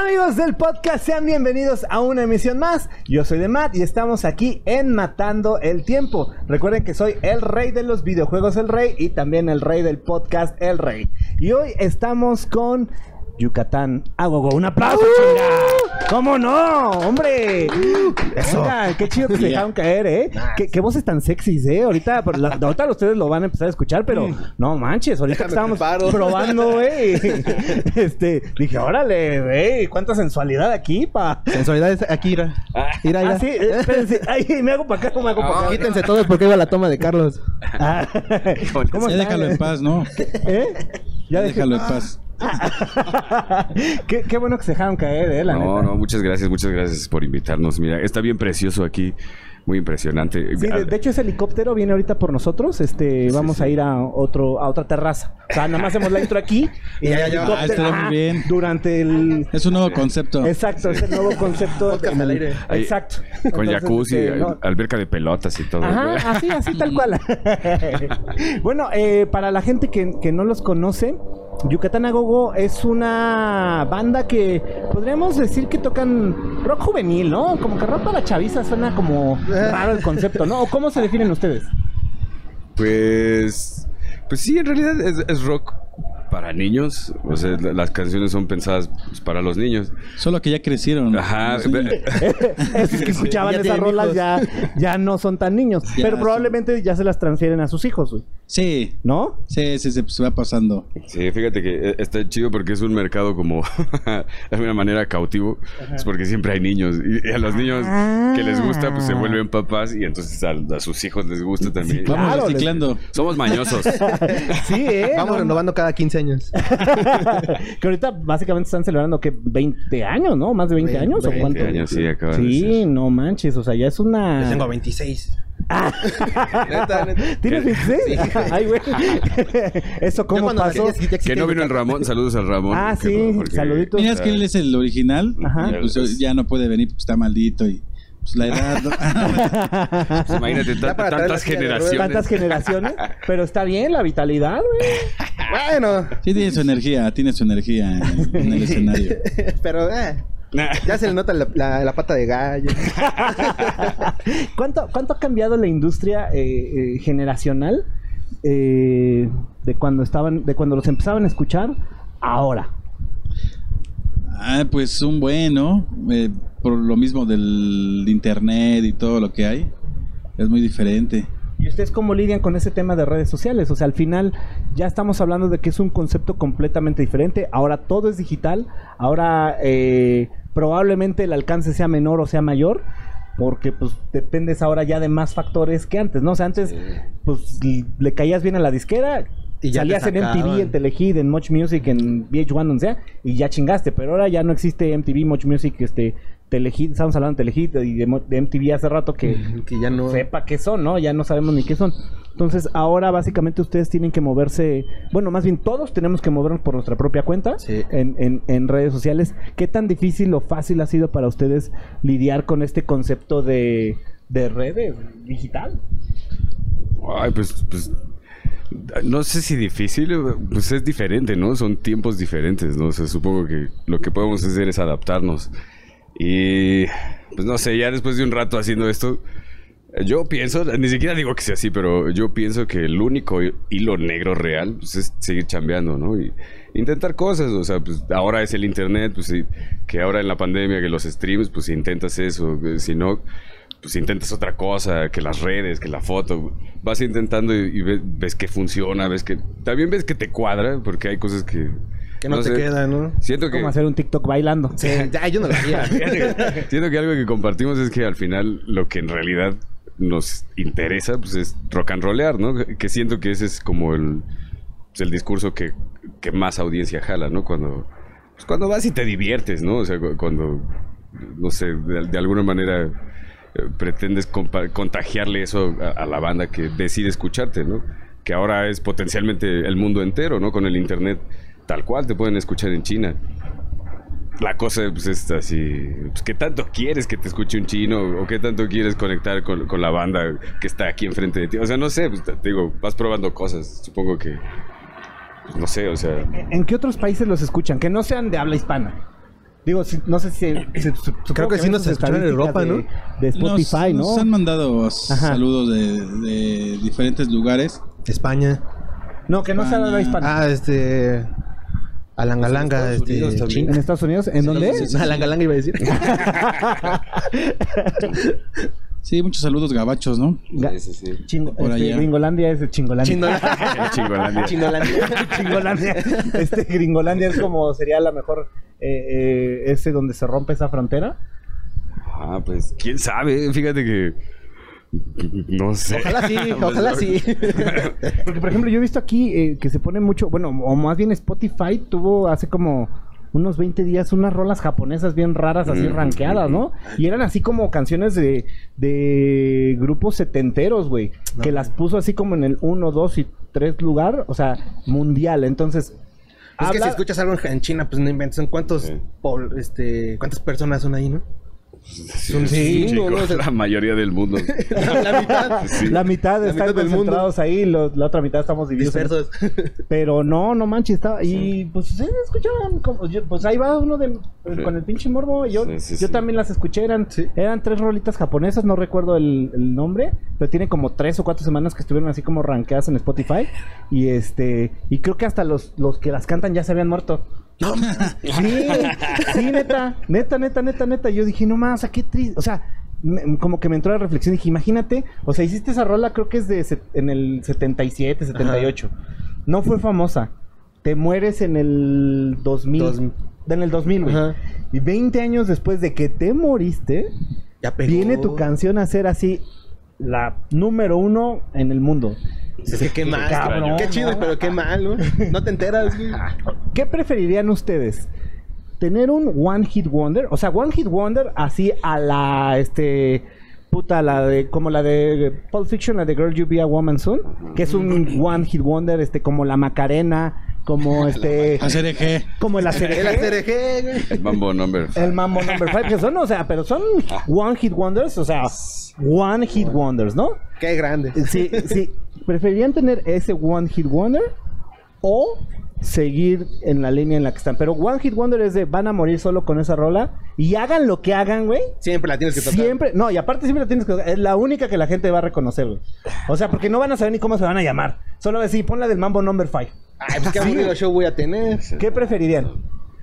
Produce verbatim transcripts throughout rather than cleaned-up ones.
Amigos del podcast, sean bienvenidos a una emisión más. Yo soy de Matt y estamos aquí en Matando el Tiempo. Recuerden que soy el rey de los videojuegos, el rey, y también el rey del podcast, el rey. Y hoy estamos con Yucatán a Gogo. ¡Un aplauso, uh, chinga! ¿Cómo no? ¡Hombre! Eso. Oiga, qué chido que se dejaron caer, ¿eh? Nice. ¿Qué, qué voces tan sexys, ¿eh? Ahorita, la, ahorita ustedes lo van a empezar a escuchar, pero mm. no manches, ahorita que estábamos probando, güey. Este, dije, órale, güey, cuánta sensualidad aquí, pa. Sensualidad es aquí, ira. Ira, ira. Ah, sí, espérense. Ay, me hago para acá, ¿cómo me hago para acá? Quítense todos porque iba la toma de Carlos. Ah, ¿Cómo ya déjalo en paz, ¿no? ¿Eh? Ya déjalo en paz. qué, qué bueno que se dejaron caer, eh, la No, neta. no, muchas gracias, muchas gracias por invitarnos. Mira, está bien precioso aquí, muy impresionante. Sí, de, de hecho ese helicóptero viene ahorita por nosotros. Este, sí, vamos sí. a ir a otro, a otra terraza. O sea, nada más hacemos la intro aquí y ya, ya, ya. Ah, está muy bien. Durante el. Es un nuevo concepto. Exacto, sí. Es el nuevo concepto. En el aire. Exacto. Con Entonces, jacuzzi, este, no. alberca de pelotas y todo. Ajá, así, así tal cual. Bueno, eh, para la gente que, que no los conoce, Yucatán a Gogo es una banda que podríamos decir que tocan rock juvenil, ¿no? Como que rock para chaviza suena como raro el concepto, ¿no? ¿O cómo se definen ustedes? Pues, pues sí, en realidad es, es rock para niños. O sea, las canciones son pensadas pues, para los niños. Solo que ya crecieron. Ajá. Sí. Esos que escuchaban esas rolas ya, ya no son tan niños. Ya, pero probablemente sí. ya se las transfieren a sus hijos, güey. Sí. ¿No? Sí, sí, sí, se va pasando. Sí, fíjate que está chido porque es un mercado como de alguna manera cautivo. Ajá. Es porque siempre hay niños. Y a los niños ah. que les gusta, pues se vuelven papás. Y entonces a, a sus hijos les gusta también. Sí, claro, vamos reciclando. Les... Somos mañosos. Sí, ¿eh? Vamos no, renovando no. cada quince años. Que ahorita básicamente están celebrando que veinte años, ¿no? Más de veinte, veinte años, ¿o cuánto? veinte años, sí, acaban sí, de Sí, no manches, o sea, ya es una... Yo tengo veintiséis. Ah. neta, neta. ¿Tienes veintiséis? Sí. Ay, güey. ¿Eso cómo pasó? Ya, ya que no vino el Ramón. Saludos al Ramón. Ah, porque, sí. Porque... Saluditos. Mira, es que él es el original. Ajá. Y pues ya no puede venir porque está maldito y... Pues la edad... ¿no? Pues imagínate, tantas generaciones. Tantas generaciones. Pero está bien la vitalidad, güey. Bueno. Sí tiene su energía, tiene su energía en, en el escenario. Pero, eh... ya se le nota la, la, la pata de gallo. ¿Cuánto, ¿Cuánto ha cambiado la industria eh, eh, generacional eh, de cuando estaban, de cuando los empezaban a escuchar ahora? Ah, pues un bueno, eh, por lo mismo del internet y todo lo que hay, es muy diferente. ¿Y ustedes cómo lidian con ese tema de redes sociales? O sea, al final ya estamos hablando de que es un concepto completamente diferente. Ahora todo es digital. Ahora eh, probablemente el alcance sea menor o sea mayor. Porque pues dependes ahora ya de más factores que antes, ¿no? O sea, antes sí. pues le caías bien a la disquera... Y ya salías en M T V, en Telehit, en Much Music, en V H uno, donde sea, y ya chingaste. Pero ahora ya no existe M T V, Much Music, este, Telehit. Estamos hablando de Telehit y de, de M T V hace rato que, que ya no sepa qué son, ¿no? Ya no sabemos ni qué son. Entonces, ahora básicamente ustedes tienen que moverse, bueno, más bien todos tenemos que movernos por nuestra propia cuenta sí. en, en, en redes sociales. ¿Qué tan difícil o fácil ha sido para ustedes lidiar con este concepto de, de redes digital? Ay, pues... pues... No sé si difícil, pues es diferente, ¿no? Son tiempos diferentes, ¿no? O sea, supongo que lo que podemos hacer es adaptarnos. Y pues no sé, ya después de un rato haciendo esto, yo pienso, ni siquiera digo que sea así, pero yo pienso que el único hilo negro real pues, es seguir chambeando, ¿no? Y intentar cosas, o sea, pues ahora es el internet, pues sí, que ahora en la pandemia, que los streams, pues intentas eso, si no... pues intentas otra cosa, que las redes, que la foto, vas intentando y, y ves, ves que funciona, ves que... También ves que te cuadra, porque hay cosas que... Que no, no te sé, quedan, ¿no? Siento que... Como hacer un TikTok bailando. Sí, ya, yo no lo hacía. Siento que algo que compartimos es que al final lo que en realidad nos interesa, pues es rock and rollear, ¿no? Que siento que ese es como el, pues, el discurso que, que más audiencia jala, ¿no? Cuando, pues cuando vas y te diviertes, ¿no? O sea, cuando, no sé, de, de alguna manera... pretendes contagiarle eso a, a la banda que decide escucharte, ¿no? Que ahora es potencialmente el mundo entero, ¿no? Con el internet tal cual te pueden escuchar en China. La cosa pues es así, pues, ¿qué tanto quieres que te escuche un chino? ¿O qué tanto quieres conectar con, con la banda que está aquí enfrente de ti? O sea, no sé, pues, te digo, vas probando cosas, supongo que, pues, no sé, o sea... ¿En qué otros países los escuchan? Que no sean de habla hispana. Digo, si- no sé si... si- su- supongo que sí ven nos sus escuchan en estadísticas Europa, de- ¿no? De Spotify, nos, ¿no? nos han mandado saludos de, de diferentes lugares. España. No, que no sea la España. hispana. Ah, este... Alangalanga, Estados Unidos este... también. China. ¿En Estados Unidos? ¿En dónde? sí, sí. Alangalanga iba a decir. Sí, muchos saludos gabachos, ¿no? Ga- Sí, sí, sí. Chingo- Por este, allá. Gringolandia es de Chingolandia. Chingolandia. Chingolandia. Chingolandia. Chingolandia. Este Gringolandia es como sería la mejor eh, eh, ese donde se rompe esa frontera. Ah, pues quién sabe. Fíjate que. No sé. Ojalá sí, ojalá sí. Porque por ejemplo yo he visto aquí eh, que se pone mucho, bueno, o más bien Spotify tuvo hace como unos veinte días unas rolas japonesas bien raras así Mm. rankeadas, ¿no? Y eran así como canciones de, de grupos setenteros, güey, que las puso así como en el uno, dos y tres lugar, o sea, mundial. Entonces, Es que habla- si escuchas algo en China, pues no inventes. ¿En cuántos, Sí. pol- este, ¿Cuántas personas son ahí, no? Sí, un sí, chingo, chico, ¿no? O sea- la mayoría del mundo. La mitad. Sí. la mitad La están mitad del mundo. concentrados ahí, lo- la otra mitad estamos divididos. en- Dispersos. Pero no, no manches, estaba. Y pues se escuchaban como. yo- pues ahí va uno de, Sí. con el pinche morbo. Yo, Sí, sí, yo sí. también las escuché. Eran, Sí. eran tres rolitas japonesas, no recuerdo el, el nombre. Pero tiene como tres o cuatro semanas que estuvieron así como rankeadas en Spotify. Y este. Y creo que hasta los, los que las cantan ya se habían muerto. Sí, sí, neta, neta, neta, neta, neta. Yo dije, no más, o sea, qué triste. O sea, me- como que me entró la reflexión. Dije, imagínate, o sea, hiciste esa rola, creo que es de set- en el setenta y siete, setenta y ocho. No fue famosa. Te mueres en el dos mil. Dos- En el dos mil, güey. Ajá. Y veinte años después de que te moriste, Ya pegó. viene tu canción a ser así la número uno en el mundo. Es que qué mal. Cabrón, Qué chido, ¿no? pero qué mal, ¿no? No te enteras, güey. ¿Qué preferirían ustedes? ¿Tener un One Hit Wonder? O sea, One Hit Wonder así a la, este, puta, la de, como la de Pulp Fiction, la de Girl You Be a Woman Soon, que es un One Hit Wonder, este, como la Macarena, como este, Hacer eje. como el El Acerejé, Acerejé, güey. Mambo number. el Mambo Number Five, que son, o sea, pero son One Hit Wonders, o sea, One Hit Wonders, ¿no? Qué grande. Sí, sí. ¿Preferirían tener ese One Hit Wonder o seguir en la línea en la que están? Pero One Hit Wonder es de van a morir solo con esa rola y hagan lo que hagan, güey. Siempre la tienes que tocar. Siempre, no, y aparte siempre la tienes que tocar. Es la única que la gente va a reconocer, güey. O sea, porque no van a saber ni cómo se van a llamar. Solo va a decir, pon la del Mambo Number Five. Ay, pues qué aburrido show voy a tener. ¿Qué preferirían?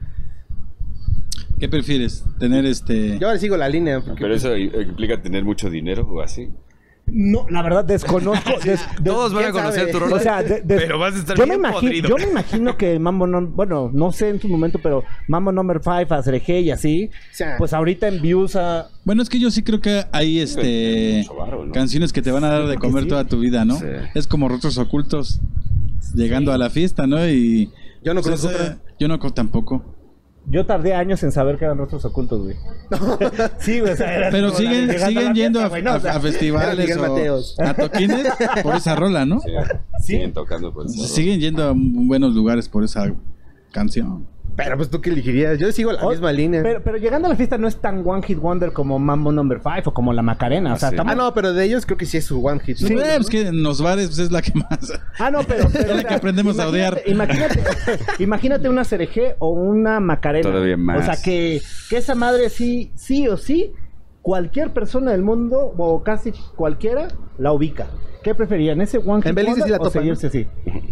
¿Qué prefieres? Tener este... Yo ahora sigo la línea. Porque Pero eso implica tener mucho dinero o así. No, la verdad desconozco. des- des- Todos van a ¿quién conocer sabe? tu rola. O sea, de- de- pero vas a estar yo bien me imagino, podrido. yo me imagino que el Mambo no, bueno, no sé en su momento, pero Mambo Number Five, Acerejé y así, O sea, pues ahorita en views a... Bueno, es que yo sí creo que hay este Mucho varo, ¿no? canciones que te van a dar de creo que comer sí. toda tu vida, ¿no? Sí. Es como Rostros Ocultos llegando a la fiesta, ¿no? Y Yo no pues, conozco eh, otra. yo no co- tampoco. Yo tardé años en saber que eran rostros ocultos, güey. Sí, güey, o sea, era Pero como la de siguen llegando a siguen la yendo fiesta, a, güey, no, o a- sea, a festivales Miguel o Mateos. a toquines por esa rola, ¿no? Sí. Sí. Siguen tocando por eso. Siguen yendo a buenos lugares por esa canción. Pero pues tú qué elegirías. Yo sigo la O- misma línea. Pero, pero llegando a la fiesta no es tan One Hit Wonder como Mambo Number Five o como la Macarena. O sea, Ah, sí. estamos- Ah, no, pero de ellos creo que sí es su one hit. Sí, ¿no? pues que en los bares pues, es la que más. Ah, no, pero... pero Es la o que sea, aprendemos a odiar. Imagínate, imagínate una Cereje o una Macarena. Todavía más. O sea, que, que esa madre sí, sí o sí, cualquier persona del mundo, o casi cualquiera, la ubica. ¿Qué preferían? ¿Ese One Hit En Belice Wonder sí la o topan, seguirse así?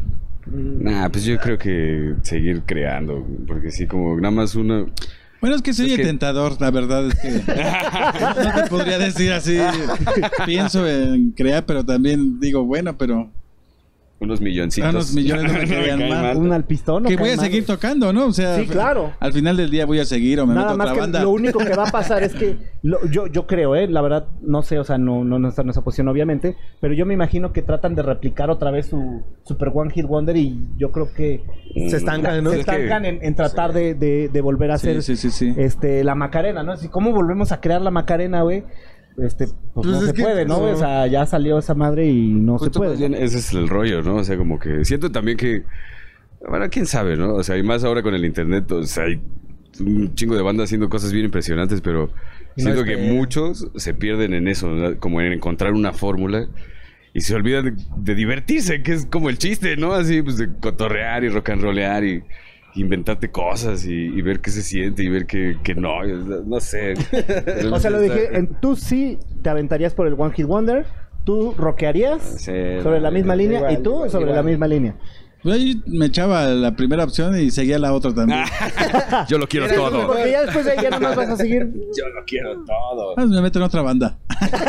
Nah, pues yo creo que seguir creando. Porque sí, como nada más una. Bueno, es que soy Es que- tentador, la verdad es que no, no te podría decir así. Pienso en crear, pero también digo, bueno, pero Unos milloncitos. unos millones no me caerían caen mal. Un alpistón. ¿no? Que voy Cae a mal. seguir tocando, ¿no? O sea, Sí, claro. al final del día voy a seguir o me Nada meto a más otra que banda. lo único que va a pasar es que lo- yo, yo creo, eh, la verdad, no sé, o sea, no, no, no está en esa posición obviamente, pero yo me imagino que tratan de replicar otra vez su Super One Hit Wonder y yo creo que Se estancan, ¿no? se Es que- estancan en, en tratar de, de, de volver a Sí, hacer sí, sí, sí. este la Macarena, ¿no? Así, ¿cómo volvemos a crear la Macarena, güey? Este, pues, Pues no es se que- puede, ¿no? güey? O sea, ya salió esa madre y no Justo se puede. más bien ese es el rollo, ¿no? O sea, como que siento también que. Bueno, quién sabe, ¿no? O sea, y más ahora con el internet, o sea, hay un chingo de bandas haciendo cosas bien impresionantes, pero No siento que esperan. muchos se pierden en eso, ¿no? Como en encontrar una fórmula y se olvidan de, de divertirse, que es como el chiste, ¿no? Así, pues de cotorrear y rock and rollear y, inventarte cosas y, y ver qué se siente y ver que, que no, no sé. O sea, lo dije, en, tú sí te aventarías por el One Hit Wonder, tú rockearías Sí, sobre la misma línea igual, y tú igual, sobre igual. la misma línea. Pues ahí me echaba la primera opción y seguía la otra también. Yo lo quiero todo. Porque ya después de ahí ya nomás vas a seguir Yo lo quiero todo. Ah, me meto en otra banda.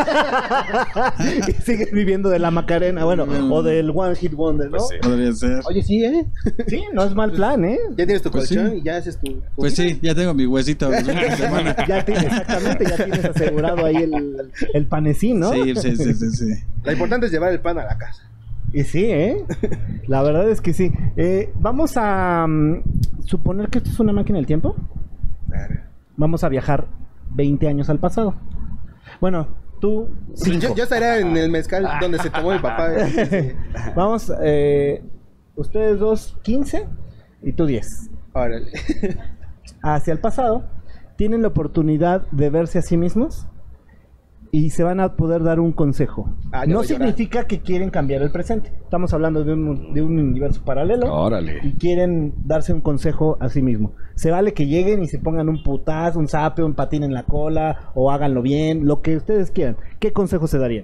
y sigues viviendo de la Macarena, bueno, o del One Hit Wonder, ¿no? Pues sí. Podría ser. Oye, sí, ¿eh? Sí, no es mal plan, ¿eh? Ya tienes tu Pues colchón sí. y ya haces tu... tu Pues vida. sí, ya tengo mi huesito. los fines de semana. Ya tienes, exactamente, ya tienes asegurado ahí el, el panecín, ¿no? Sí, sí, sí, sí, sí. Lo importante es llevar el pan a la casa. Y sí, ¿eh? La verdad es que sí. Eh, vamos a um, suponer que esto es una máquina del tiempo. Vamos a viajar veinte años al pasado. Bueno, tú... Sí, yo, yo estaría en el mezcal donde se tomó el papá. ¿eh? Sí. Vamos, eh, ustedes dos, quince y tú diez. Órale. Hacia el pasado, tienen la oportunidad de verse a sí mismos y se van a poder dar un consejo. Ah, yo no voy a llorar. significa que quieren cambiar el presente. Estamos hablando de un, de un universo paralelo. Órale. Y quieren darse un consejo a sí mismo. Se vale que lleguen y se pongan un putazo, un zape, un patín en la cola, o háganlo bien, lo que ustedes quieran. ¿Qué consejo se darían?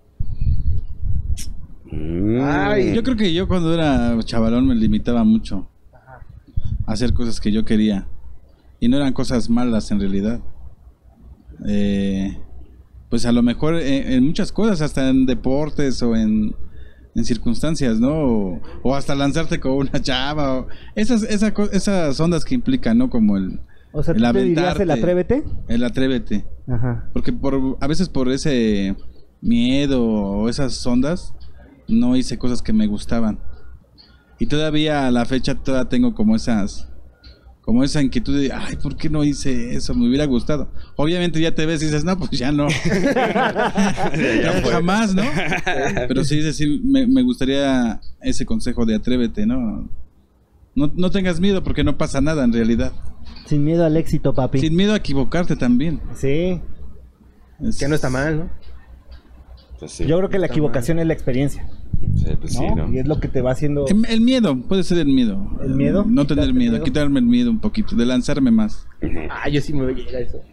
Mm. Ay. Yo creo que yo cuando era chavalón me limitaba mucho a hacer cosas que yo quería. Y no eran cosas malas en realidad. Eh, pues a lo mejor en, en muchas cosas, hasta en deportes o en, en circunstancias, ¿no? O, o hasta lanzarte con una chava. O esas, esa co- esas ondas que implican, ¿no? Como el, O sea, el ¿tú te dirías el aventarte, atrévete? El atrévete. Ajá. Porque por, a veces por ese miedo o esas ondas no hice cosas que me gustaban. Y todavía a la fecha todavía tengo como esas como esa inquietud de, ay, ¿por qué no hice eso? Me hubiera gustado. Obviamente ya te ves y dices, no, pues ya no. ya jamás, ¿no? Pero sí, dices, sí, me, me gustaría ese consejo de atrévete, ¿no? ¿no? No tengas miedo porque no pasa nada en realidad. Sin miedo al éxito, papi. Sin miedo a equivocarte también. Sí. Es- Que no está mal, ¿no? Pues sí. Yo creo que la Está equivocación es la experiencia, Sí, pues sí, ¿no? ¿no? Y es lo que te va haciendo... El, el miedo, puede ser el miedo. ¿El miedo? No tener ¿Quitarte miedo, miedo? quitarme el miedo un poquito, de lanzarme más. Ah, yo sí me voy a llegar a eso.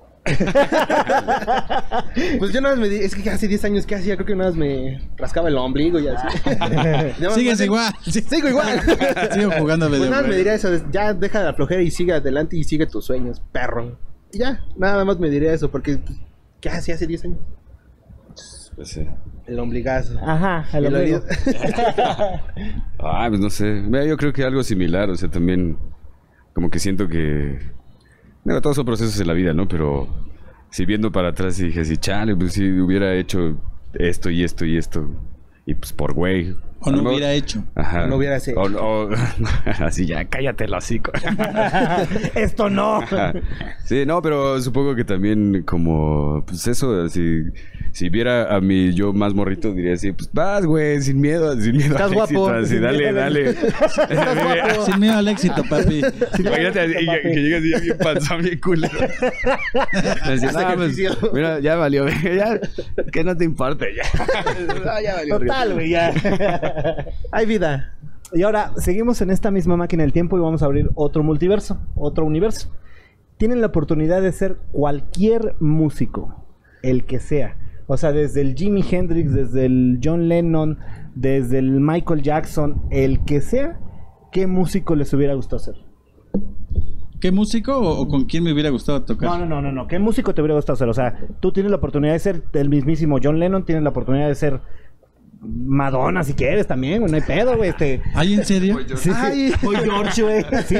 Pues yo nada más me di... Es que hace diez años que hacía, creo que nada más me rascaba el ombligo y así. Nada más Sigues me- igual. sí. Sigo igual. Sigo jugando a Pues nada más me videojuegos. diría eso, de, ya deja la flojera y sigue adelante y sigue tus sueños, perro. Y ya, nada más me diría eso, porque pues, ¿qué hacía hace diez años? Pues sí. El ombligazo. Ajá, el El ombligo. Ah, pues no sé. Mira, yo creo que algo similar, o sea, también como que siento que... Bueno, todos son procesos en la vida, ¿no? Pero si viendo para atrás y dije, si chale, pues si hubiera hecho esto y esto y esto, y pues por güey. O A lo no mejor- hubiera hecho. Ajá. No hubieras hecho. O, o- así ya, cállate el hocico. Esto no. Ajá. Sí, no, pero supongo que también como, pues eso, si, si viera a mi yo más morrito, diría así, pues vas, güey, sin miedo, sin miedo. Estás al guapo, éxito, así, sin dale, miedo al dale. Estás guapo. Sin miedo al éxito, papi. Imagínate así, y ya- que llegas y ya bien panzón, bien culero. Así, Hasta "No, pues, ejercicio". mira, ya valió, güey, ya, que no te importe, ya. No, ya valió. Total, güey, ya. Hay vida. Y ahora, seguimos en esta misma máquina del tiempo y vamos a abrir otro multiverso, otro universo. Tienen la oportunidad de ser cualquier músico, el que sea. O sea, desde el Jimi Hendrix, desde el John Lennon, desde el Michael Jackson, el que sea, ¿qué músico les hubiera gustado ser? ¿Qué músico o, o con quién me hubiera gustado tocar? No, no, no, no, no. ¿Qué músico te hubiera gustado ser? O sea, tú tienes la oportunidad de ser el mismísimo John Lennon, tienes la oportunidad de ser Madonna si quieres también, güey, no hay pedo, güey. Este, ¿Ay, en serio? sí, Ay. sí. O George, güey, sí.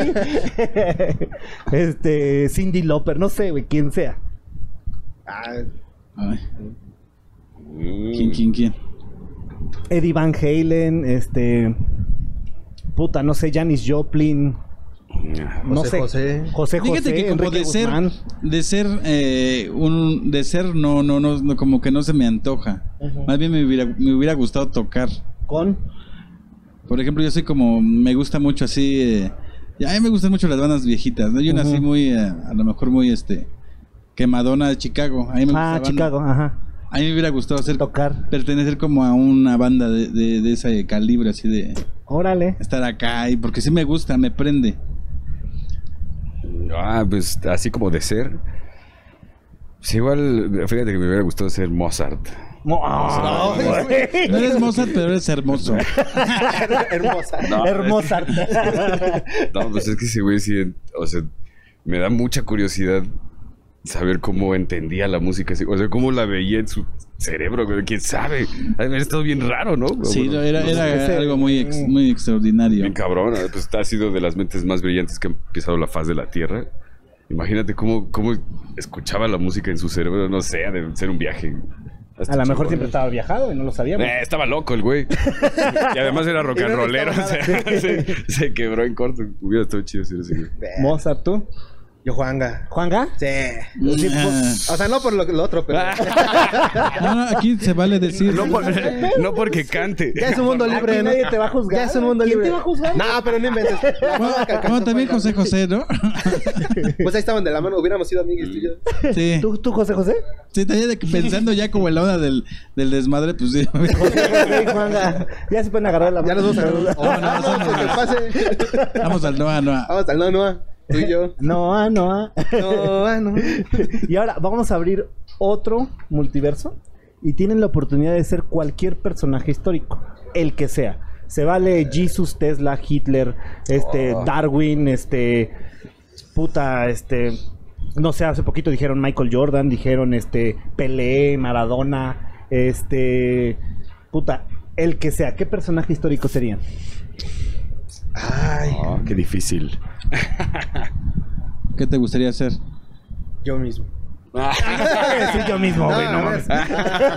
Este, Cyndi Lauper, no sé, güey, quién sea. Ah, Ay, Mm. ¿Quién, quién, quién? Eddie Van Halen, este, puta, no sé, Janis Joplin, no José sé, José. José José, Fíjate que como Enrique de ser, Guzmán. de ser, eh, un, de ser, no, no, no, no, como que no se me antoja. Ujú. Más bien me hubiera, me hubiera gustado tocar. Con, Por ejemplo, yo soy como, me gusta mucho así, eh, a mí me gustan mucho las bandas viejitas, ¿no? Yo Ujú. nací muy, eh, a lo mejor muy, este, que Madonna de Chicago. A mí me gusta ah, la banda. Chicago, ajá, A mí me hubiera gustado hacer, tocar, pertenecer como a una banda de, de, de ese calibre, así de órale. estar acá, y porque sí me gusta, me prende. Ah, pues así como de ser. Pues igual, fíjate que me hubiera gustado ser Mozart. Mo- ah, No, güey. No eres Mozart, pero eres hermoso. Hermosa. No, Hermosa. No, pues es que ese güey sí, o sea, me da mucha curiosidad saber cómo entendía la música, así, o sea, cómo la veía en su cerebro, güey, quién sabe. Ha de haber estado bien raro, ¿no? Sí, Bueno, era, no sé, era ese- algo muy, ex- muy extraordinario. bien cabrón, pues ha sido de las mentes más brillantes que han pisado la faz de la Tierra. Imagínate cómo, cómo escuchaba la música en su cerebro, no sé, ha de ser un viaje. Hasta A lo mejor chingón. siempre estaba viajado y no lo sabíamos. Eh, estaba loco el güey. Y además era rock Y no and rollero. necesitaba O sea, se, se quebró en corto. Hubiera estado chido ser ese güey. Mozart, ¿tú? Yo, Juanga. ¿Juanga? Sí. Sí, Ah. pues, O sea, no por lo, lo otro, pero... No, no, aquí se vale decir. No, por- no porque cante. Ya es un mundo libre, aquí ¿no? nadie te va a juzgar. Ya es un mundo ¿Quién libre. te va a juzgar? No, pero no inventes. La Bueno, morra que alcanzó bueno, también fue José la- José, ¿no? Pues ahí estaban de la mano, hubiéramos sido amigos tú y yo. Sí. ¿Tú, tú, José José? Sí, también de que pensando ya como en la onda del, del desmadre, pues sí. José José y Juanga. Ya se pueden agarrar la mano. Ya nos vamos a... Oh, no, Vamos, somos- que pase. Vamos al Noa Noa. Vamos al no, no. Tú y yo. No, ah, no. ah. No, ah, no. Y ahora vamos a abrir otro multiverso y tienen la oportunidad de ser cualquier personaje histórico, el que sea. Se vale Jesus, Tesla, Hitler, este, Oh. Darwin, este, puta, este, no sé, hace poquito dijeron Michael Jordan, dijeron este, Pelé, Maradona, este, puta, el que sea. ¿Qué personaje histórico serían? Ay, Oh, qué difícil. ¿Qué te gustaría hacer? yo mismo. Sí, yo mismo, güey, no a mames. ver.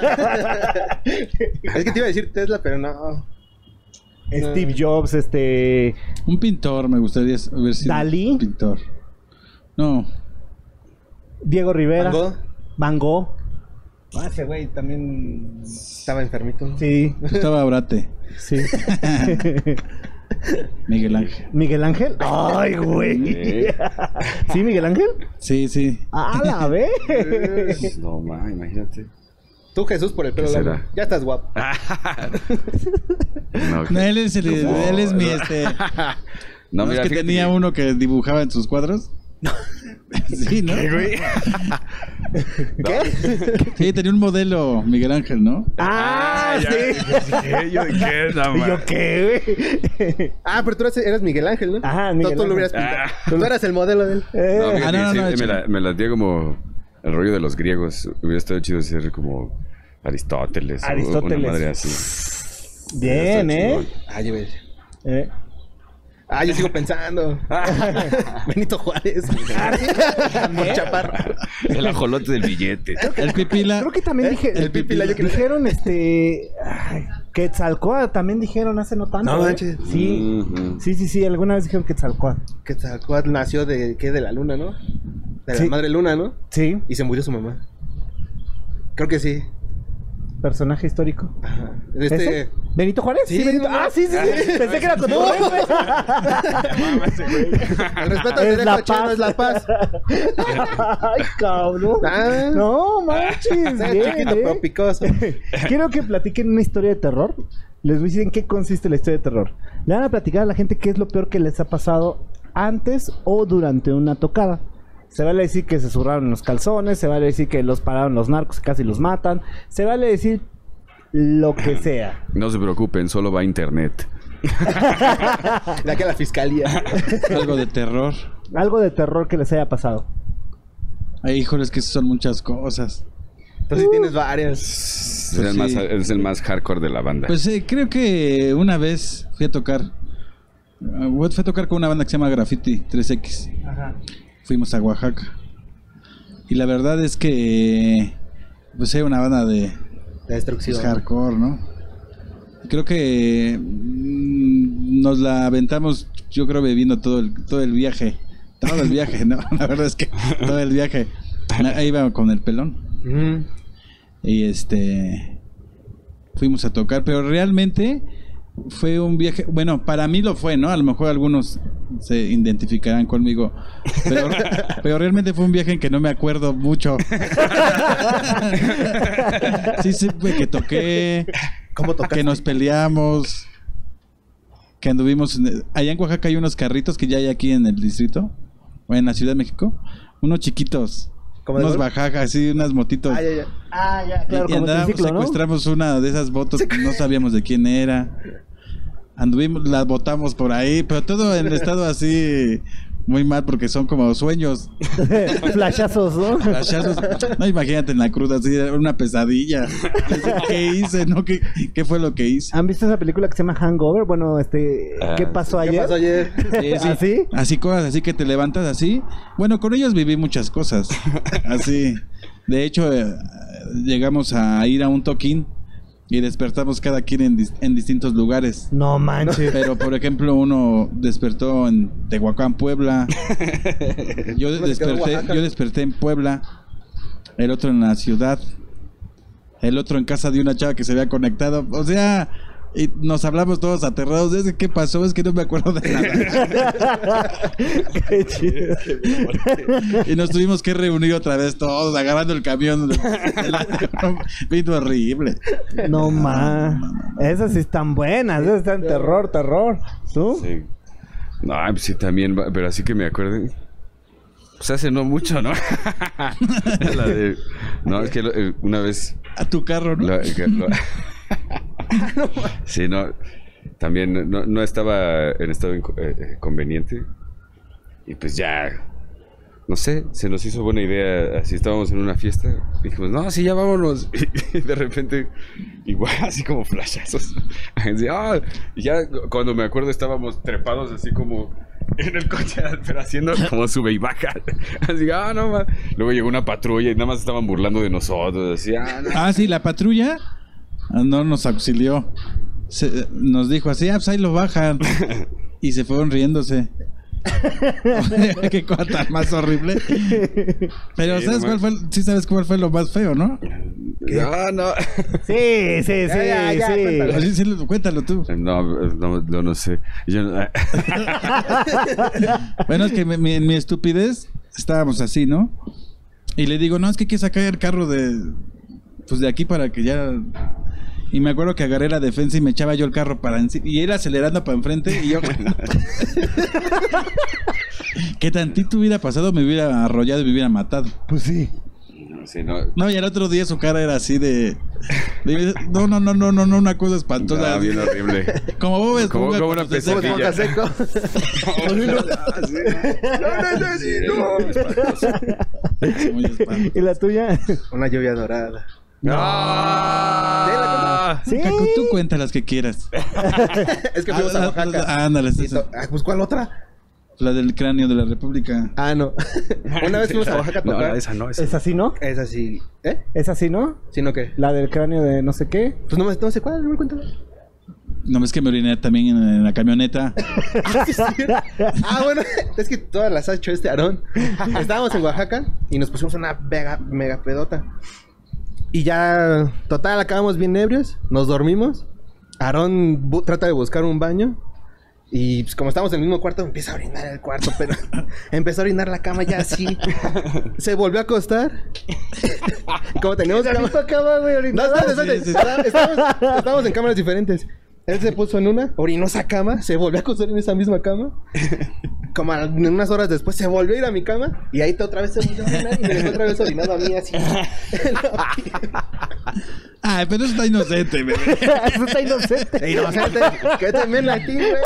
Es que te iba a decir Tesla, pero no. Steve Jobs, este, Un pintor, me gustaría haber sido. ¿Dalí? Un pintor. No. Diego Rivera, Van Gogh Van Gogh. Ah, ese güey también. estaba enfermito. Sí, Gustavo Aurate. sí. Miguel Ángel. Miguel Ángel. Ay, güey. Eh. ¿Sí, Miguel Ángel? Sí, sí. A la vez. No, ma, imagínate. Tú, Jesús, por el pelo ¿Qué largo. será? Ya estás guapo. No, No, él es, el, No, él es mi no. este. No, ¿No mira, es que fíjate tenía que- uno que dibujaba en sus cuadros? Sí, ¿no? ¿Qué? Sí, tenía un modelo, Miguel Ángel, ¿no? Ah, ya, sí. ¿qué? ¿Yo de qué? No, ¿Y ma. yo qué, güey? Ah, pero tú eres, eres Miguel Ángel, ¿no? Ajá, No, Miguel tú lo Ángel. hubieras pintado. Ah. Tú eras el modelo de él. Eh, No, fíjate Ah, no, que no, sí, no, me, échale. la, me la dio como el rollo de los griegos. Hubiera estado chido ser como Aristóteles. o Aristóteles. una madre así. Bien, Está ¿eh? chingón. Ah, yo, güey. Eh. Ah, yo sigo pensando. Benito Juárez. Por chaparro. El ajolote del billete. El Pipila. Creo que también ¿Eh? dije, El Pipila, yo creo. dijeron este ay, Quetzalcóatl también dijeron hace no tanto. No ¿eh? manches. Sí. Ujú. Sí, sí, sí, alguna vez dijeron Quetzalcóatl. Quetzalcóatl nació de, ¿qué? De la luna, ¿no? De la Sí. madre luna, ¿no? Sí, Y se murió su mamá. Creo que sí. personaje histórico. Ajá. Este... ¿Ese? ¿Benito Juárez? Sí, Benito. no, no. Ah, sí, sí, sí. Pensé que era con todo. El respeto al Es derecho la ajeno paz. es la paz. Ay, cabrón. Ah. No, manches. Está bien, chiquito, ¿eh? pero picoso. Quiero que platiquen una historia de terror. Les voy a decir en qué consiste la historia de terror. Le van a platicar a la gente qué es lo peor que les ha pasado antes o durante una tocada. Se vale decir que se zurraron los calzones, se vale decir que los pararon los narcos y casi los matan, se vale decir lo que sea. No se preocupen, solo va a internet. De aquí a la fiscalía. Algo de terror. Algo de terror que les haya pasado. Ay, híjoles, que son muchas cosas. Entonces sí tienes varias. Es, el sí. más, es el más hardcore de la banda. Pues eh, creo que una vez fui a tocar. uh, Fui a tocar con una banda que se llama Graffiti tres equis. Ajá. Fuimos a Oaxaca. Y la verdad es que pues era una banda de La destrucción. pues, hardcore, ¿no? Y creo que mm, nos la aventamos, yo creo, bebiendo todo el, todo el viaje. Todo el viaje, ¿no? La verdad es que todo el viaje. Ahí iba con el pelón. Ujú. Y este fuimos a tocar, pero realmente fue un viaje, bueno, para mí lo fue, ¿no? A lo mejor algunos se identificarán conmigo, pero, pero realmente fue un viaje en que no me acuerdo mucho. Sí, sí, fue que toqué, ¿Cómo tocaste? que nos peleamos, que anduvimos en- allá en Oaxaca hay unos carritos que ya hay aquí en el distrito, en la Ciudad de México, unos chiquitos, ¿Como de unos golf? bajajas, así, unas motitos. Ah, ya, ya. Ah, ya, claro, y como andábamos, triciclo, ¿no? secuestramos una de esas motos, no sabíamos de quién era. Anduvimos, las botamos por ahí, pero todo en estado así muy mal porque son como sueños. Flashazos, ¿no? Flashazos. No, imagínate en la cruda, así era una pesadilla. ¿Qué hice? ¿No? ¿Qué, qué fue lo que hice? ¿Han visto esa película que se llama Hangover? Bueno, este, Ah, ¿qué pasó ¿Qué ayer? pasó ayer? Sí, sí. ¿Así? Así cosas, así que te levantas así. Bueno, con ellos viví muchas cosas. Así. De hecho, eh, llegamos a ir a un toquín y despertamos cada quien en, dis- en distintos lugares. No manches. Pero, por ejemplo, uno despertó en Tehuacán, Puebla. Yo Uno se quedó en desperté, Oaxaca. yo desperté en Puebla. El otro en la ciudad. El otro en casa de una chava que se había conectado. O sea, y nos hablamos todos aterrados. Es que, ¿qué pasó? Es que no me acuerdo de nada. Qué chido. Y nos tuvimos que reunir otra vez todos, agarrando el camión. De, de la, vino horrible. No ma. Esas sí están buenas, esas están terror, terror. ¿Tú? Sí. No, pues sí, también, va- pero así que me acuerden. Pues hace no mucho, ¿no? La de... No, es que lo- eh, una vez... A tu carro, ¿no? la- que lo- sí, no. También no, no estaba en estado inco- eh, eh, conveniente. Y pues ya... No sé, se nos hizo buena idea. Así estábamos en una fiesta. Dijimos, no, sí, ya vámonos. Y de repente, igual, así como flashazos. Así, ah, y ya cuando me acuerdo, estábamos trepados así como en el coche, pero haciendo como sube y baja. Así, ah, no, ma. Luego llegó una patrulla y nada más estaban burlando de nosotros. Así, ah, no. Ah, sí, la patrulla ah, no nos auxilió. Se- nos dijo así, ah, pues ahí lo bajan. Y se fueron riéndose. Qué cosa tan más horrible. Pero Sí, ¿sabes no cuál fue? el- Sí sabes cuál fue lo más feo, ¿no? Ah, no. Sí, sí, sí, Ya, ya, ya, sí. cuéntalo. Así, sí, lo- cuéntalo tú. No, no, no, no sé. Yo no- Bueno, es que mi- mi- en mi estupidez estábamos así, ¿no? Y le digo, no, es que hay que sacar el carro de... Pues de aquí para que ya... Y me acuerdo que agarré la defensa y me echaba yo el carro para encima. Y él acelerando para enfrente y yo... Que tantito hubiera pasado, me hubiera arrollado y me hubiera matado. Pues sí. no, sí, no. No, y al otro día su cara era así de... de- no, no, no, no, no, no, una cosa espantosa. No, bien horrible. Como Bob Como- Esponja como una cuando se Como seca. pesadilla. Esponja seco. No, no, no, sí, no. Espantoso. Muy espantoso. ¿Y la tuya? Una lluvia dorada. ¡Ah! Sí. Caco, tú cuenta las que quieras. Es que fuimos a Ah, Oaxaca. ah, ándale, Y esa. to- ah, pues ¿cuál otra? La del cráneo de la República. Ah, no. Una vez fuimos a Oaxaca a No, tocar. no, esa no, esa ¿Es así, no? Es así. ¿Eh? ¿Es así, no? ¿Sí no qué? La del cráneo de no sé qué. Pues no, me- no sé cuál, no me cuéntalo. No, es que me oriné también en, en la camioneta. Ah, bueno, es que todas las ha hecho este Aarón. Estábamos en Oaxaca y nos pusimos una mega, mega pedota. Y ya, total, acabamos bien ebrios, nos dormimos. Aarón bu- trata de buscar un baño. Y pues como estamos en el mismo cuarto, empieza a orinar el cuarto, pero empezó a orinar la cama ya así. Se volvió a acostar. Como teníamos La cama... misma cama, güey, ahorita. No, espérate, espérate. Sí, sí, sí. Está- Estábamos, estábamos en cámaras diferentes. Él se puso en una, orinó esa cama, se volvió a acostar en esa misma cama. Como a- en unas horas después se volvió a ir a mi cama y ahí otra vez se volvió a orinar y me dejó otra vez orinado a mí así. Ay, pero eso está inocente, bebé. Eso está inocente. Inocente, que te men a ti, güey.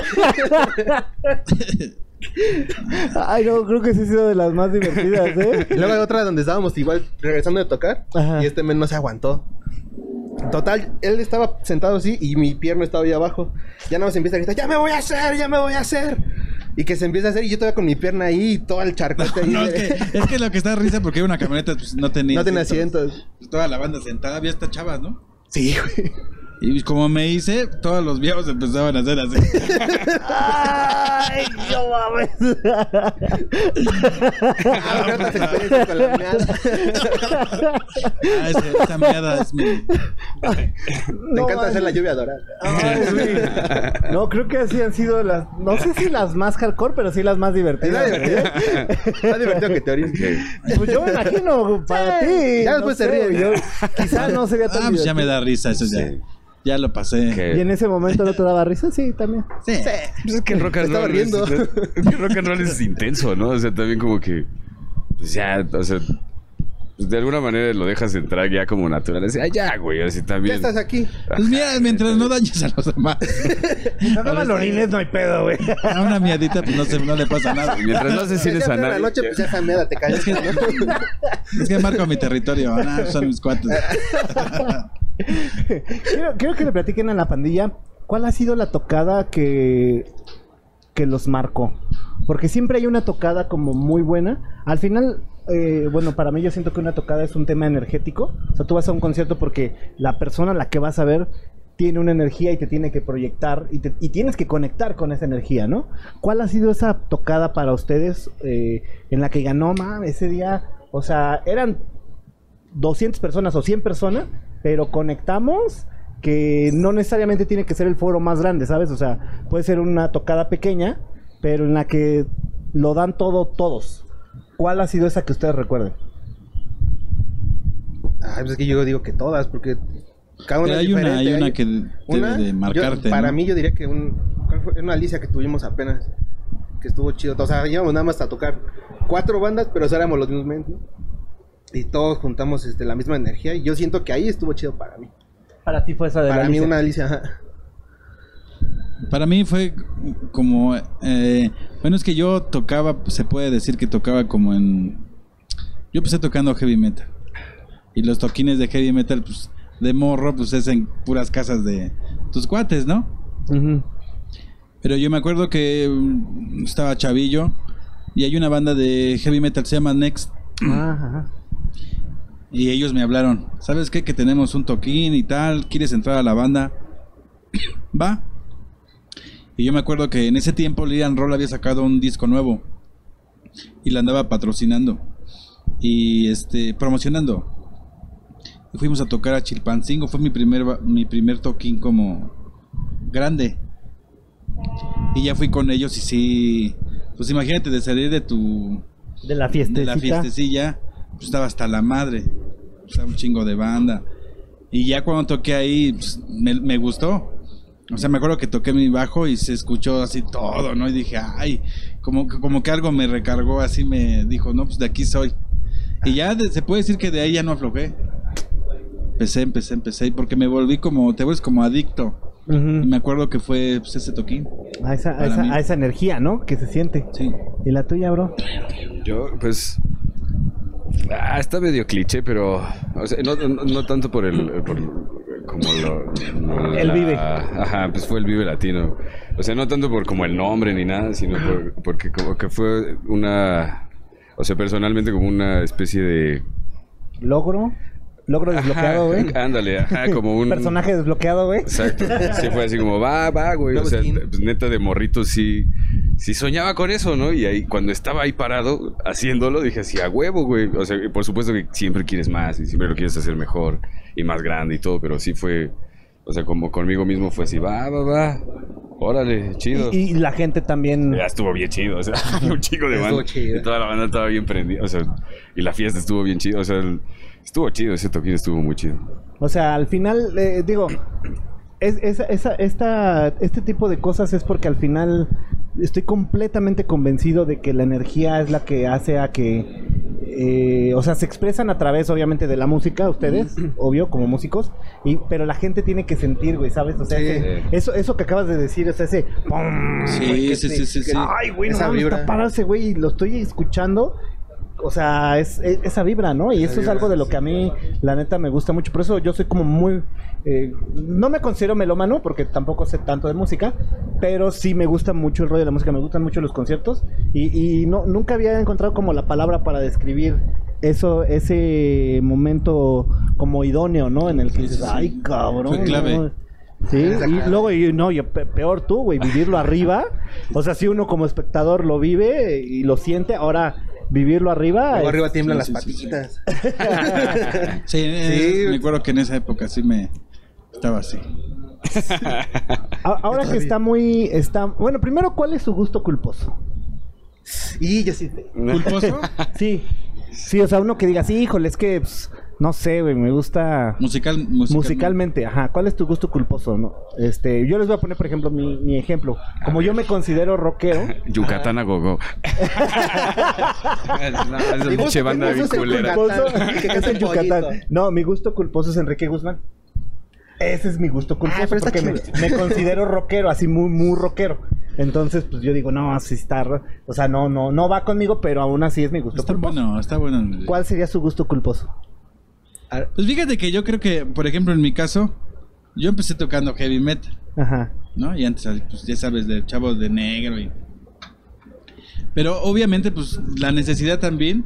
Ay, no, creo que sí ha sido de las más divertidas, ¿eh? Y luego hay otra donde estábamos igual regresando de tocar Ajá. y este men no se aguantó. Total, él estaba sentado así y mi pierna estaba ahí abajo. Ya nada más empieza a gritar, ¡ya me voy a hacer! ¡Ya me voy a hacer! Y que se empieza a hacer y yo todavía con mi pierna ahí y todo el charcote ahí. No, es de- que, es que lo que está risa porque era una camioneta pues, no tenía No tenía asientos. Pues, toda la banda sentada, había hasta chavas, ¿no? Sí, güey. Y como me hice, todos los viejos empezaban a hacer así. Ay, no mames. Ah, ¿qué otras experiencias con la meada? Ah, ese- esa meada es mi... Me No, encanta hacer la manches. lluvia dorada. Ay, güey. No, creo que así han sido las... No sé si las más hardcore, pero sí las más divertidas. Está divertido. Está divertido que te orientes. Pues yo me imagino, para ti. Ya no después se sé, ríen. yo- quizá no sería tan Ah, pues ya me divertido. da risa eso ya. Sí. Ya lo pasé. Que- ¿Y en ese momento no te daba risa? Sí, también. Sí. Pues es que el rock and Estaba roll es, riendo. es que el rock and roll es intenso, ¿no? O sea, también como que pues ya, o sea, pues de alguna manera lo dejas entrar ya como natural. Así, ah, ya, güey, así Ya también. estás aquí. Pues mira, mientras no dañes a los demás. No me valorines, no hay pedo, güey. A una miadita, pues no, se, no le pasa nada. Mientras no asesines Ya a en la nadie. noche, pues ya esa mierda te callas, ¿no? Es que marco mi territorio. Ah, son mis cuates. quiero, quiero que le platiquen a la pandilla cuál ha sido la tocada que, que los marcó. Porque siempre hay una tocada como muy buena. Al final, eh, bueno, para mí yo siento que una tocada es un tema energético. O sea, tú vas a un concierto porque la persona a la que vas a ver tiene una energía y te tiene que proyectar y, te, y tienes que conectar con esa energía, ¿no? ¿Cuál ha sido esa tocada para ustedes eh, en la que ganó, man, ese día? O sea, eran doscientas personas o cien personas, pero conectamos, que no necesariamente tiene que ser el foro más grande, ¿sabes? O sea, puede ser una tocada pequeña, pero en la que lo dan todo todos. ¿Cuál ha sido esa que ustedes recuerden? Ay, pues es que yo digo que todas, porque cada una Pero es hay una, diferente. hay una que Una, debe de marcarte. yo- para ¿no? mí yo diría que un, ¿cuál fue? Una Alicia que tuvimos apenas, que estuvo chido. O sea, íbamos nada más a tocar cuatro bandas, pero o sea, éramos los mismos men, ¿no? Y todos juntamos este, la misma energía. Y yo siento que ahí estuvo chido para mí. Para ti fue esa de Para la mí Alicia. una Alicia, ajá. Para mí fue como... eh, bueno, es que yo tocaba, se puede decir que tocaba como en... Yo empecé tocando heavy metal. Y los toquines de heavy metal, pues, de morro, pues es en puras casas de tus cuates, ¿no? Ujú. Pero yo me acuerdo que mm, estaba chavillo y hay una banda de heavy metal, se llama Next. Ajá, ajá. Y ellos me hablaron, ¿sabes qué? Que tenemos un toquín y tal, ¿quieres entrar a la banda? Va. Y yo me acuerdo que en ese tiempo Liran Roll había sacado un disco nuevo y la andaba patrocinando y este promocionando. Y fuimos a tocar a Chilpancingo, fue mi primer ba- mi primer toquín como grande. Y ya fui con ellos y sí, pues imagínate de salir de tu De la de fiestecita. la fiestecilla, pues estaba hasta la madre, estaba un chingo de banda. Y ya cuando toqué ahí, pues, me, me gustó. O sea, me acuerdo que toqué mi bajo y se escuchó así todo, ¿no? Y dije, ay, como, que- como que algo me recargó, así me dijo, no, pues de aquí soy. Y ya de- se puede decir que de ahí ya no aflojé. Empecé, empecé, empecé, porque me volví como, te vuelves como adicto. Ujú. Y me acuerdo que fue pues, ese toquín. A esa, a, Para esa, mí. a esa energía, ¿no? Que se siente. Sí. ¿Y la tuya, bro? Yo, pues. Ah, está medio cliché, pero. O sea, no, no, no tanto por el. Por, como lo. como El la- Vive. Ajá, pues fue el Vive Latino. O sea, no tanto por como el nombre ni nada, sino por, porque como que fue una. O sea, personalmente como una especie de. ¿Logro? ¿Logro desbloqueado, güey? Ajá, ándale, ajá, como un. Personaje desbloqueado, güey. Exacto. Sí, fue así como, va, va, güey. O Nuevo sea, skin. pues, neta de morrito sí, sí soñaba con eso, ¿no? Y ahí, cuando estaba ahí parado haciéndolo, dije así, a huevo, güey. O sea, y por supuesto que siempre quieres más y siempre lo quieres hacer mejor y más grande y todo, pero sí fue, o sea, como conmigo mismo fue así, va, va, va. Órale, chido. Y, y la gente también. Ya estuvo bien chido, o sea, un chico de Estuvo banda. chido. Y toda la banda estaba bien prendida, o sea, y la fiesta estuvo bien chido, o sea, el- estuvo chido, ese toquín estuvo muy chido. O sea, al final, eh, digo, es, esa, esa, esta, este tipo de cosas es porque al final estoy completamente convencido de que la energía es la que hace a que, eh, o sea, se expresan a través, obviamente, de la música, ustedes, obvio, como músicos, y, pero la gente tiene que sentir, güey, ¿sabes? O sea, Sí. ese- eso, eso que acabas de decir, o sea, ese ¡pum! Sí, güey, que sí, se- sí, sí, que- sí. Ay, güey, no Esa mames, vibra. está parado ese güey y lo estoy escuchando. O sea, es, es- esa vibra, ¿no? Y Esa eso es vibra, algo de lo sí. que a mí, la neta, me gusta mucho. Por eso yo soy como muy... eh, no me considero melómano, porque tampoco sé tanto de música, pero sí me gusta mucho el rollo de la música, me gustan mucho los conciertos. Y, y no, nunca había encontrado como la palabra para describir eso, ese momento como idóneo, ¿no? En el que Sí, dices, sí, sí. ay, cabrón. Fue clave. ¿no? Sí, y luego, y no, y pe- peor tú, güey, vivirlo arriba. O sea, si uno como espectador lo vive y lo siente, ahora vivirlo arriba. Luego es- arriba tiemblan sí, las sí, sí, sí. patitas. Sí, Sí. eh, me acuerdo que en esa época sí me estaba así. A- Ahora que está muy, está, bueno, primero, ¿cuál es su gusto culposo? Y yo sí. ¿Culposo? Sí, sí, o sea, uno que diga, sí, híjole, es que pues, No sé, güey, me gusta... Musical, musicalmente. Musicalmente, ajá. ¿Cuál es tu gusto culposo, no? Este, yo les voy a poner, por ejemplo, mi, mi ejemplo. Como yo me considero rockero... Yucatán a gogo. No, esa Mi pinche gusto banda bien culposo es el culera. Yucatán. culposo Que es canta el Yucatán. pollito. No, mi gusto culposo es Enrique Guzmán. Ese es mi gusto culposo, Ah, pero está porque me, chido. me considero rockero, así muy, muy rockero. Entonces, pues yo digo, no, así está... ro- O sea, no, no, no va conmigo, pero aún así es mi gusto Está culposo. bueno, está bueno. ¿Cuál sería su gusto culposo? Pues fíjate que yo creo que, por ejemplo, en mi caso, yo empecé tocando heavy metal, Ajá. ¿no? Y antes, pues ya sabes, de chavos de negro y... Pero obviamente, pues, la necesidad también.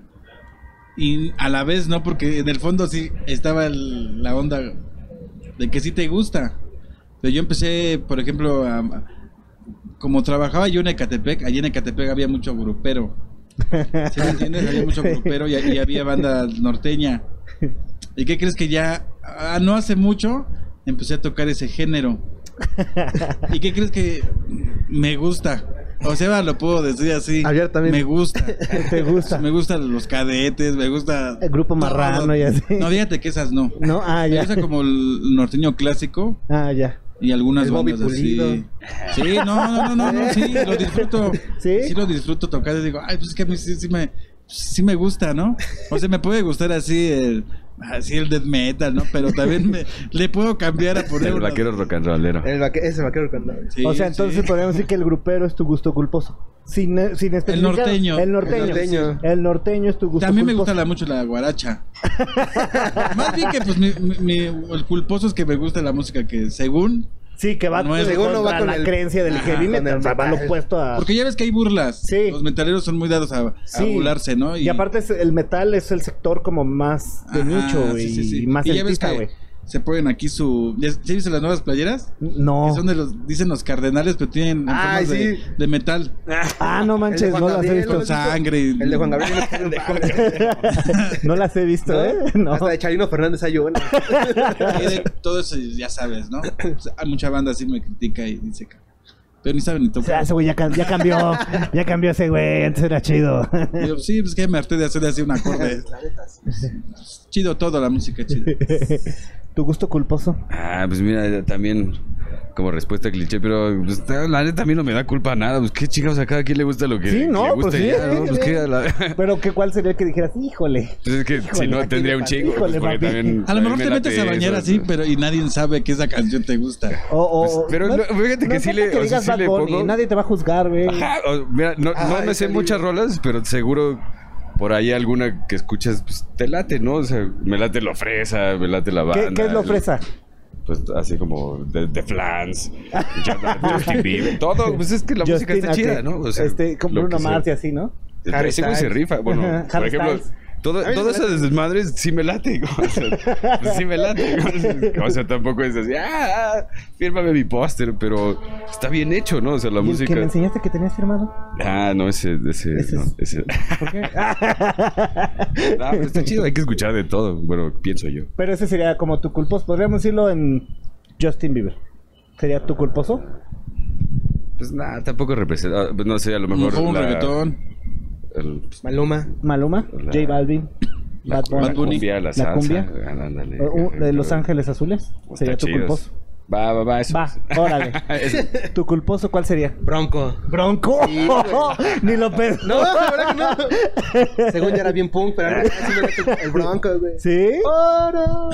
Y a la vez, ¿no? Porque en el fondo sí estaba el- la onda de que sí te gusta. Pero yo empecé, por ejemplo, a- a- como trabajaba yo en Ecatepec, allí en Ecatepec había mucho grupero. ¿Sí me entiendes? Había mucho grupero y, y había banda norteña. ¿Y qué crees que ya, ah, no hace mucho, empecé a tocar ese género? ¿Y qué crees que me gusta? O sea, lo puedo decir así. Abiertamente. Me gusta. ¿Te gusta? Me gustan los cadetes, me gusta... El grupo Marrano todo. y así. No, fíjate que esas no. No, ah, Me ya. gusta como el norteño clásico Ah, ya. y algunas El Bobby bandas Pulido. así. Sí, no, no, no, no, no, sí, lo disfruto. ¿Sí? Sí lo disfruto tocar y digo, ay, pues es que a mí sí, sí me... Sí me gusta, ¿no? O sea, me puede gustar así el... Así el death metal, ¿no? Pero también me, le puedo cambiar a poner El unas- vaquero rock and rollero. El vaque- ese vaquero cantaba. Sí, O sea, entonces sí. podríamos decir que el grupero es tu gusto culposo. Sin, eh, sin especificar. norteño. El norteño. El norteño. El norteño es tu gusto También me culposo. gusta la, mucho la guaracha. Más bien que pues mi, mi- mi- el culposo es que me gusta la música que según... Sí, que va, No es- según Según no va va con la el- creencia del Ajá, heavy con metal. el O sea, va lo metal. opuesto a... Porque ya ves que hay burlas. Sí. Los metaleros son muy dados a, a Sí. burlarse, ¿no? Y, aparte es- el metal es el sector como más de Ajá, nicho sí, y sí, sí. más Y ya ves elitista, que güey. se ponen aquí su... ¿Ya, ¿ya viste las nuevas playeras? No. Que son de los... Dicen los cardenales, pero tienen en Ay, formas de, sí. de metal. Ah, no manches, El de Juan no las he Gabriel, visto. ¿no lo has visto? Sangre y- El de Juan Gabriel. El de Juan Gabriel. No las he visto, ¿eh? No. Hasta de Charino Fernández hay una. Y de todo eso ya sabes, ¿no? O sea, hay mucha banda así me critica y dice que... Pero ni saben ni O sea, tocar. ese güey ya, cam- ya cambió. Ya cambió ese güey. Antes era chido. Y yo, sí, pues que me harté de hacer así un acorde. Chido todo, la música chida. ¿Tu gusto culposo? Ah, pues mira, también como respuesta cliché, pero pues, la neta a mí no me da culpa a nada. Pues qué chingados, a cada quien le gusta lo que Sí, no, le gusta pues y sí, ya, ¿no? sí, Pues sí. que a la- Pero ¿qué, ¿cuál sería el que dijeras? Híjole. Pues es que Híjole, si no aquí tendría le un papi, chingo. híjole, Pues porque papi. también, A lo mejor mí te me metes a late bañar eso, así, ¿no? pero y nadie sabe que esa canción te gusta. O, o, Pues, pero no- no, fíjate que no sí importa le- que o sea, digas sí Bad le Bunny, pongo- nadie te va a juzgar, güey. Ajá, o- mira, no, no Ay, me sé salí. muchas rolas, pero seguro por ahí alguna que escuchas, pues te late, ¿no? O sea, me late lo fresa, me late la banda. ¿Qué, ¿Qué es lo fresa? Pues así como de, de Flans, Justin Bieber, todo. Pues es que la música Justin, está ok. chida, ¿no? O sea, este, como lo Bruno que sea. Mars y así, ¿no? Harry Ese güey se Styles. rifa. Bueno, Ajá, por Harry ejemplo, Styles. todo, A mí todas me esas desmadres sí me late. O sea, pues sí me late. O sea, tampoco es así, ah, ah, fírmame mi póster, pero está bien hecho, ¿no? O sea, la ¿Y el música. que me enseñaste que tenías firmado? Ah, no, ese, ese, Ese no, es- ese. ¿Por qué? No, pero está chido, hay que escuchar de todo. Bueno, pienso yo. Pero ese sería como tu culposo. Podríamos decirlo en Justin Bieber. ¿Sería tu culposo? Pues nada, tampoco representa. ah, pues no sé, a lo A lo mejor. mejor un la- reggaetón. el- pues, Maluma. Maluma, La- J Balvin, la, Bad Bunny. la cumbia, la La salsa. cumbia. ah, ándale. Uh, de Los Ángeles Azules. Está Sería tu chidos. culposo. Va, va, va, eso. Va, órale. Ese- ¿Tu culposo cuál sería? Bronco. Bronco. Sí, güey. Ni lo pensó. No, la verdad que no. Según ya era bien punk, pero ahora sí me late el Bronco, güey. ¿Sí? Oro.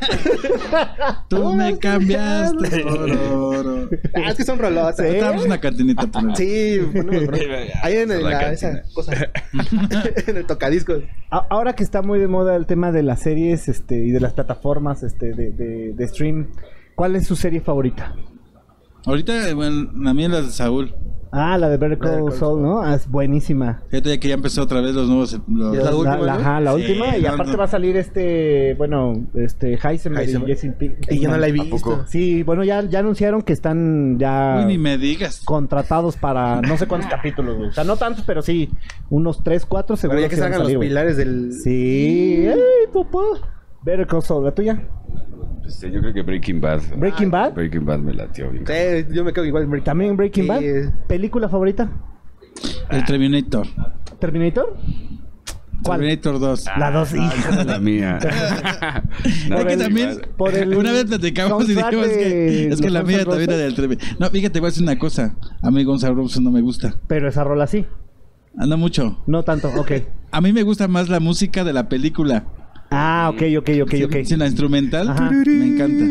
Tú me Oro, cambiaste por oro. Ah, es que son rolotas. Sí. Estábamos una cantinita por ahí. Sí, ponemos Bronco. Ahí en el, La la, cantina. esa cosa. En el tocadiscos. A- Ahora que está muy de moda el tema de las series este, y de las plataformas este, de, de, de stream, ¿cuál es su serie favorita? Ahorita, bueno, la mía es la de Saúl. Ah, la de Better Call Better Call Saul, ¿no? Ah, es buenísima. Fíjate que ya empezó otra vez los nuevos... los- ¿Y la La, última, la- no? ajá, la Sí, última. Y no, aparte no. va a salir este, bueno, este Heisenberg y Heisenberg. Jesse Pinkman. Y yo no la he ¿A visto. poco? Sí, bueno, ya, ya anunciaron que están ya Uy, ni me digas. contratados para no sé cuántos capítulos, güey. O sea, no tantos, pero sí, unos tres, cuatro seguro. Pero ya que sí van a salgan los salir, güey. pilares del... Sí, ¡ay, papá! Better Call Saul, ¿la tuya? Este, yo creo que Breaking Bad. ¿Breaking Bad? Breaking Bad me latió bien. Sí, yo me quedo igual en Breaking ¿También Breaking Sí. Bad? ¿Película favorita? El Terminator. ¿Terminator? ¿Cuál? Terminator dos. La dos, Ah, hija. esa es la mía. No, Es que el- también, por el una vez platicamos y soundtrack dijimos que de es que los la mía Guns N' también era Roses. del Terminator. No, fíjate, voy a decir una cosa. A mí Guns N' Roses no me gusta. Pero esa rola sí. Anda mucho. No tanto, ok. A mí me gusta más la música de la película. Ah, ok, ok, ok, Sí, ok. sí, la instrumental Ajá. me encanta.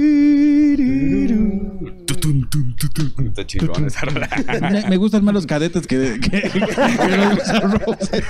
Está chingón esa rola. Me, me gustan más los cadetes que, que, que los Guns N' Roses.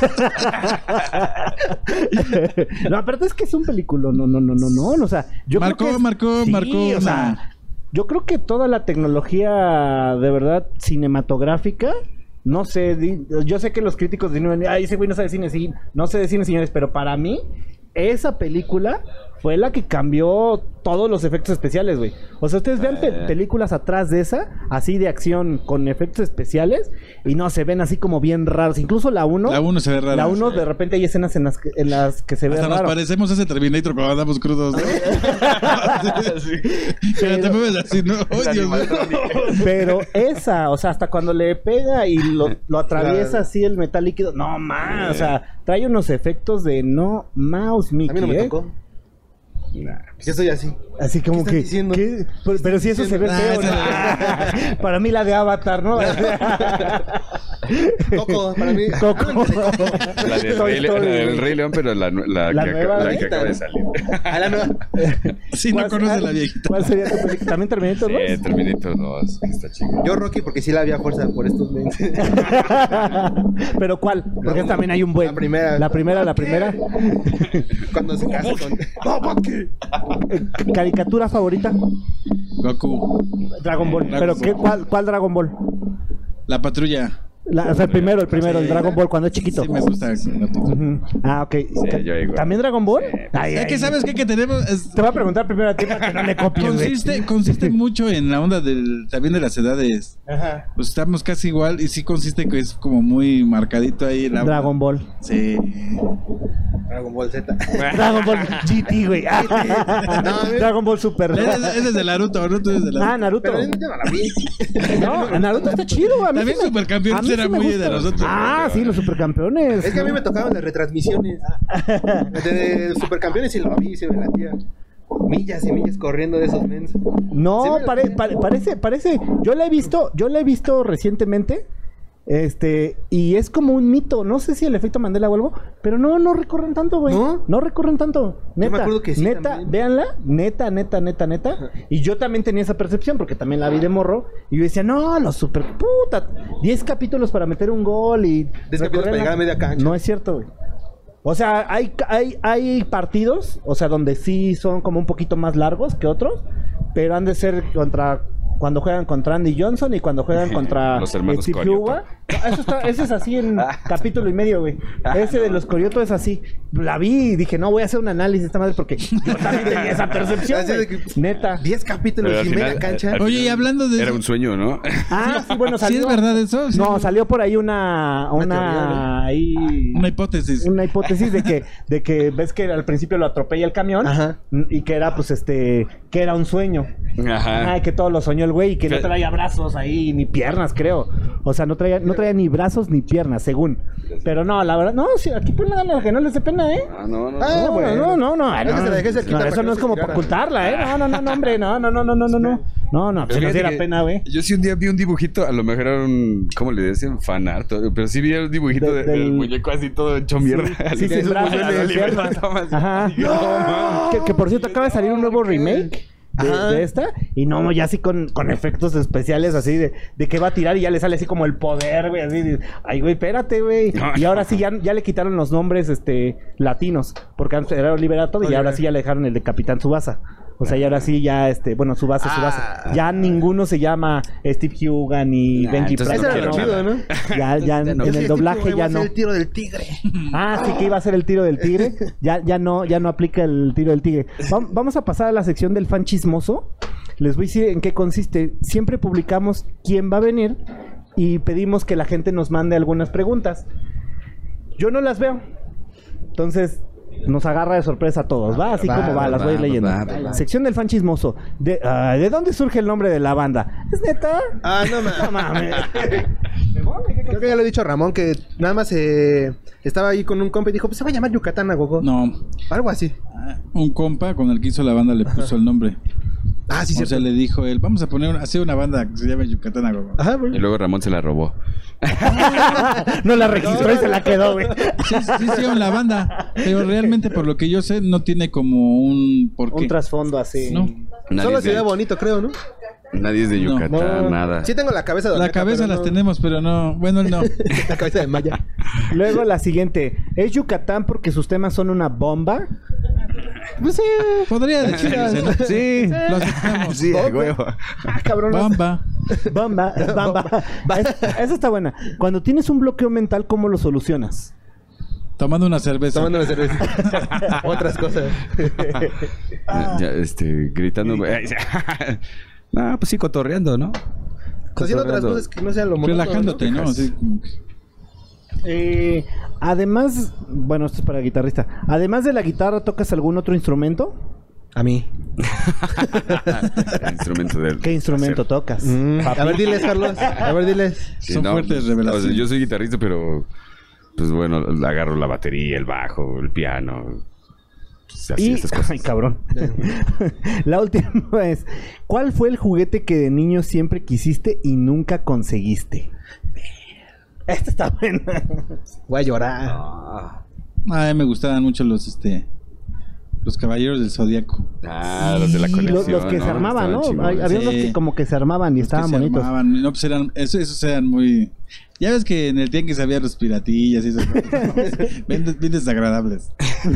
No, aparte es que es un película, no, no, no, no, no, o sea, yo Marcó, creo que es- marcó, sí, marcó o sea, una- yo creo que toda la tecnología de verdad cinematográfica, no sé, di- yo sé que los críticos dirían, ay, ese güey no sabe de cine, sí, no sé de cine, señores, pero para mí esa película fue la que cambió todos los efectos especiales, güey. O sea, ustedes vean pe- Eh. películas atrás de esa, así de acción con efectos especiales, y no, se ven así como bien raros. Incluso la uno, La uno se ve rara. la uno de repente hay escenas en las que, en las que se ve Hasta nos raro. parecemos a ese Terminator cuando andamos crudos, ¿no? Pero te mueves así, ¿no? ¡Ay, Dios mío! Pero esa, o sea, hasta cuando le pega y lo, lo atraviesa así el metal líquido, no más, o sea, trae unos efectos de no mouse, Mickey, A mí no me ¿eh? tocó. Nah, Yo estoy así. Así como ¿Qué que. estás diciendo? ¿qué? Pero, pero si eso se ve diciendo? feo, Ah, ¿no? Para mí la de Avatar, ¿no? Coco, para mí. Coco. La del Toy Rey, Le- la Story, del güey. Rey León, pero la, nu- la, La que, nueva, acaba, la ¿eh? que acaba de salir. A la nueva. Sí, no ¿Cuál- conoce la viejita. ¿Cuál sería tu película? ¿También Terminator dos? Sí, Terminator dos, que está chido. Yo Rocky porque sí la había fuerza por estos mentes. ¿Pero cuál? Porque La- también hay un buen. la primera. La primera, la primera. Cuando se casa con. Eh, ¿Caricatura favorita? Goku. Dragon Ball. Dragon ¿Pero Ball. qué, cuál, cuál Dragon Ball? La patrulla. La- o sea, el primero, el primero, el Sí. Dragon Ball cuando es chiquito. Sí, me gusta. Ujú. Ah, ok. yo igual. ¿También Dragon Ball? Ay, Es ay, que, ¿sabes qué? Que tenemos... es- Te voy a preguntar primero a ti para que no le copies, güey. consiste, consiste mucho en la onda del, también de las edades. Ajá. Pues estamos casi igual y sí consiste que es como muy marcadito ahí la onda. Dragon Ball. Sí. Dragon Ball Z. Dragon Ball G T, güey. No, Dragon Ball Super. Ese ese es de Naruto, ¿no? Tú eres de Ah, Naruto. Naruto. Pero yo no la vi. No, Naruto está chido, a mí También sí me- Supercampeones a mí sí era me muy gusta. de nosotros. Ah, sí, los supercampeones. Es que a mí me tocaban las retransmisiones. De Supercampeones y lo vi, se me latía. Millas y millas corriendo de esos mens. No, Sí me- pare- pare- parece, parece. Yo la he visto, yo la he visto recientemente. Este, y es como un mito. No sé si el efecto Mandela o algo, pero no, no recorren tanto, güey. ¿No? No recorren tanto. Neta, me acuerdo que sí neta, también. véanla, neta, neta, neta, neta. Y yo también tenía esa percepción, porque también la vi de morro. Y yo decía, no, los super puta. diez capítulos para meter un gol y. diez capítulos para recorrerla. llegar a media cancha. No es cierto, güey. O sea, hay, hay, hay partidos, o sea, donde sí son como un poquito más largos que otros, pero han de ser contra cuando juegan contra Andy Johnson y cuando juegan contra Los hermanos Steve Corioto. Huga. No, eso está, ese es así en capítulo y medio, güey. Ese de los Corioto es así. La vi y dije, no, voy a hacer un análisis de esta madre porque yo también tenía esa percepción, Así de güey. que- Neta. diez capítulos Pero al y final- media cancha. al Oye, y hablando de Era eso- un sueño, ¿no? Ah, sí, bueno, ¿Sí salió. es verdad eso? Sí. No, salió por ahí una Una una teoría, ahí Una hipótesis. una hipótesis de que de que ves que al principio lo atropella el camión. Ajá. Y que era pues este que era un sueño. Ajá. Ajá, que todo lo soñó el güey y que no Fe- traía brazos ahí ni piernas, creo. O sea, no traía no traía ni brazos ni piernas, según. Pero no, la verdad, no, sí, aquí ponle ganas que no les dé pena, ¿eh? Ah, no, no. Ah, No, bueno. no, no, no, Es que no, se la dejé cerquita no, para eso que no no es se como para tirara. ocultarla, ¿eh? No, no, no, no, hombre, no, no, no, no, no, no, no, no, no, pues Pero nos fíjate diera que pena, güey. Yo sí un día vi un dibujito, a lo mejor era un, ¿cómo le dicen? Fan art, pero sí vi un dibujito De- de- del del- muñeco así todo hecho mierda. Sí, Así sin que brazos, esos muñecos sin de piernas. libertad, tomas. Ajá. Y yo, no, man. Que, que por cierto acaba de salir un nuevo remake de, Ajá. de esta. Y no, ya así con, con efectos especiales así de, de que va a tirar y ya le sale así como el poder, güey. Así de, ay, güey, espérate, güey. No. Y ahora sí ya, ya le quitaron los nombres este latinos. Porque antes era Liberato y Oliver. ahora sí ya le dejaron el de Capitán Tsubasa. O sea, y ahora sí ya, este, bueno, Tsubasa, Tsubasa. Ah. Ya ninguno se llama Steve Huga ni Nah, Benji entonces Price. Ese era lo no. chido, ¿no? Ya, ya en, no. en Yo sí, el este doblaje tipo, ya iba a no. ser el tiro del tigre. Ah, sí que iba a ser el tiro del tigre. Ya, ya no, ya no aplica el tiro del tigre. Vam- Vamos a pasar a la sección del fan chismoso. Les voy a decir en qué consiste. Siempre publicamos quién va a venir y pedimos que la gente nos mande algunas preguntas. Yo no las veo. Entonces, nos agarra de sorpresa a todos, ¿va? Así Va, como va, va, las voy a ir va, leyendo. va, va, va. Sección del fan chismoso. ¿De, ah, ¿de dónde surge el nombre de la banda? ¿Es neta? Ah, no No mames. mames. Creo que ya lo he dicho a Ramón que nada más eh, estaba ahí con un compa y dijo, pues se va a llamar Yucatán a Gogo. No, Algo así. un compa con el que hizo la banda le puso el nombre. Ah, sí, O sí. sea, le dijo él, vamos a poner una, hacer una banda que se llame Yucatán a Gogo. Ajá, güey. Y luego Ramón se la robó. No la registró y se la quedó, güey. Sí, sí hicieron la banda, pero realmente por lo que yo sé no tiene como un porqué. Un trasfondo así. No. Nadie Solo es se ve de, bonito, creo, ¿no? nadie es de No. Yucatán, No. nada. Sí tengo la cabeza de La Olmeca, cabeza pero las no- tenemos, pero no, bueno, él no. La cabeza de Maya. Luego la siguiente. ¿Es Yucatán porque sus temas son una bomba? Pues sí. Podría decirse, ¿no? Sí. Lo aceptamos. Sí, a huevo. Ah, cabrón. no sé. Bamba. Bamba, bamba. Es- Esa está buena. Cuando tienes un bloqueo mental, ¿cómo lo solucionas? Tomando una cerveza. Tomando una cerveza. Otras cosas. Ya, este, gritando. No, pues sí, cotorreando, ¿no? Haciendo otras Cotorreando. cosas que no sean lo monótono, Relajándote, ¿no? Así como que- Eh, además, bueno, esto es para guitarrista. Además de la guitarra, ¿tocas algún otro instrumento? A mí. El instrumento del. ¿Qué instrumento tocas? Papi. A ver, diles, Carlos. A ver, diles. Sí, Son no, fuertes pues, revelaciones. o sea, yo soy guitarrista, pero pues bueno, agarro la batería, el bajo, el piano. Pues, así Y, estas cosas. ay, cabrón. La última es, ¿cuál fue el juguete que de niño siempre quisiste y nunca conseguiste? Esta está buena. Voy a llorar. Ah, A mí me gustaban mucho los, este... Los Caballeros del Zodíaco. ah, los de la Y colección. los, los que ¿no? se armaban, ¿no? Estaban Hay- chingones. había Sí. unos que como que se armaban y Los que estaban se bonitos. armaban. No, pues eran... Esos, esos eran muy... Ya ves que en el tianguis había los piratillas y esas cosas. bien, bien desagradables.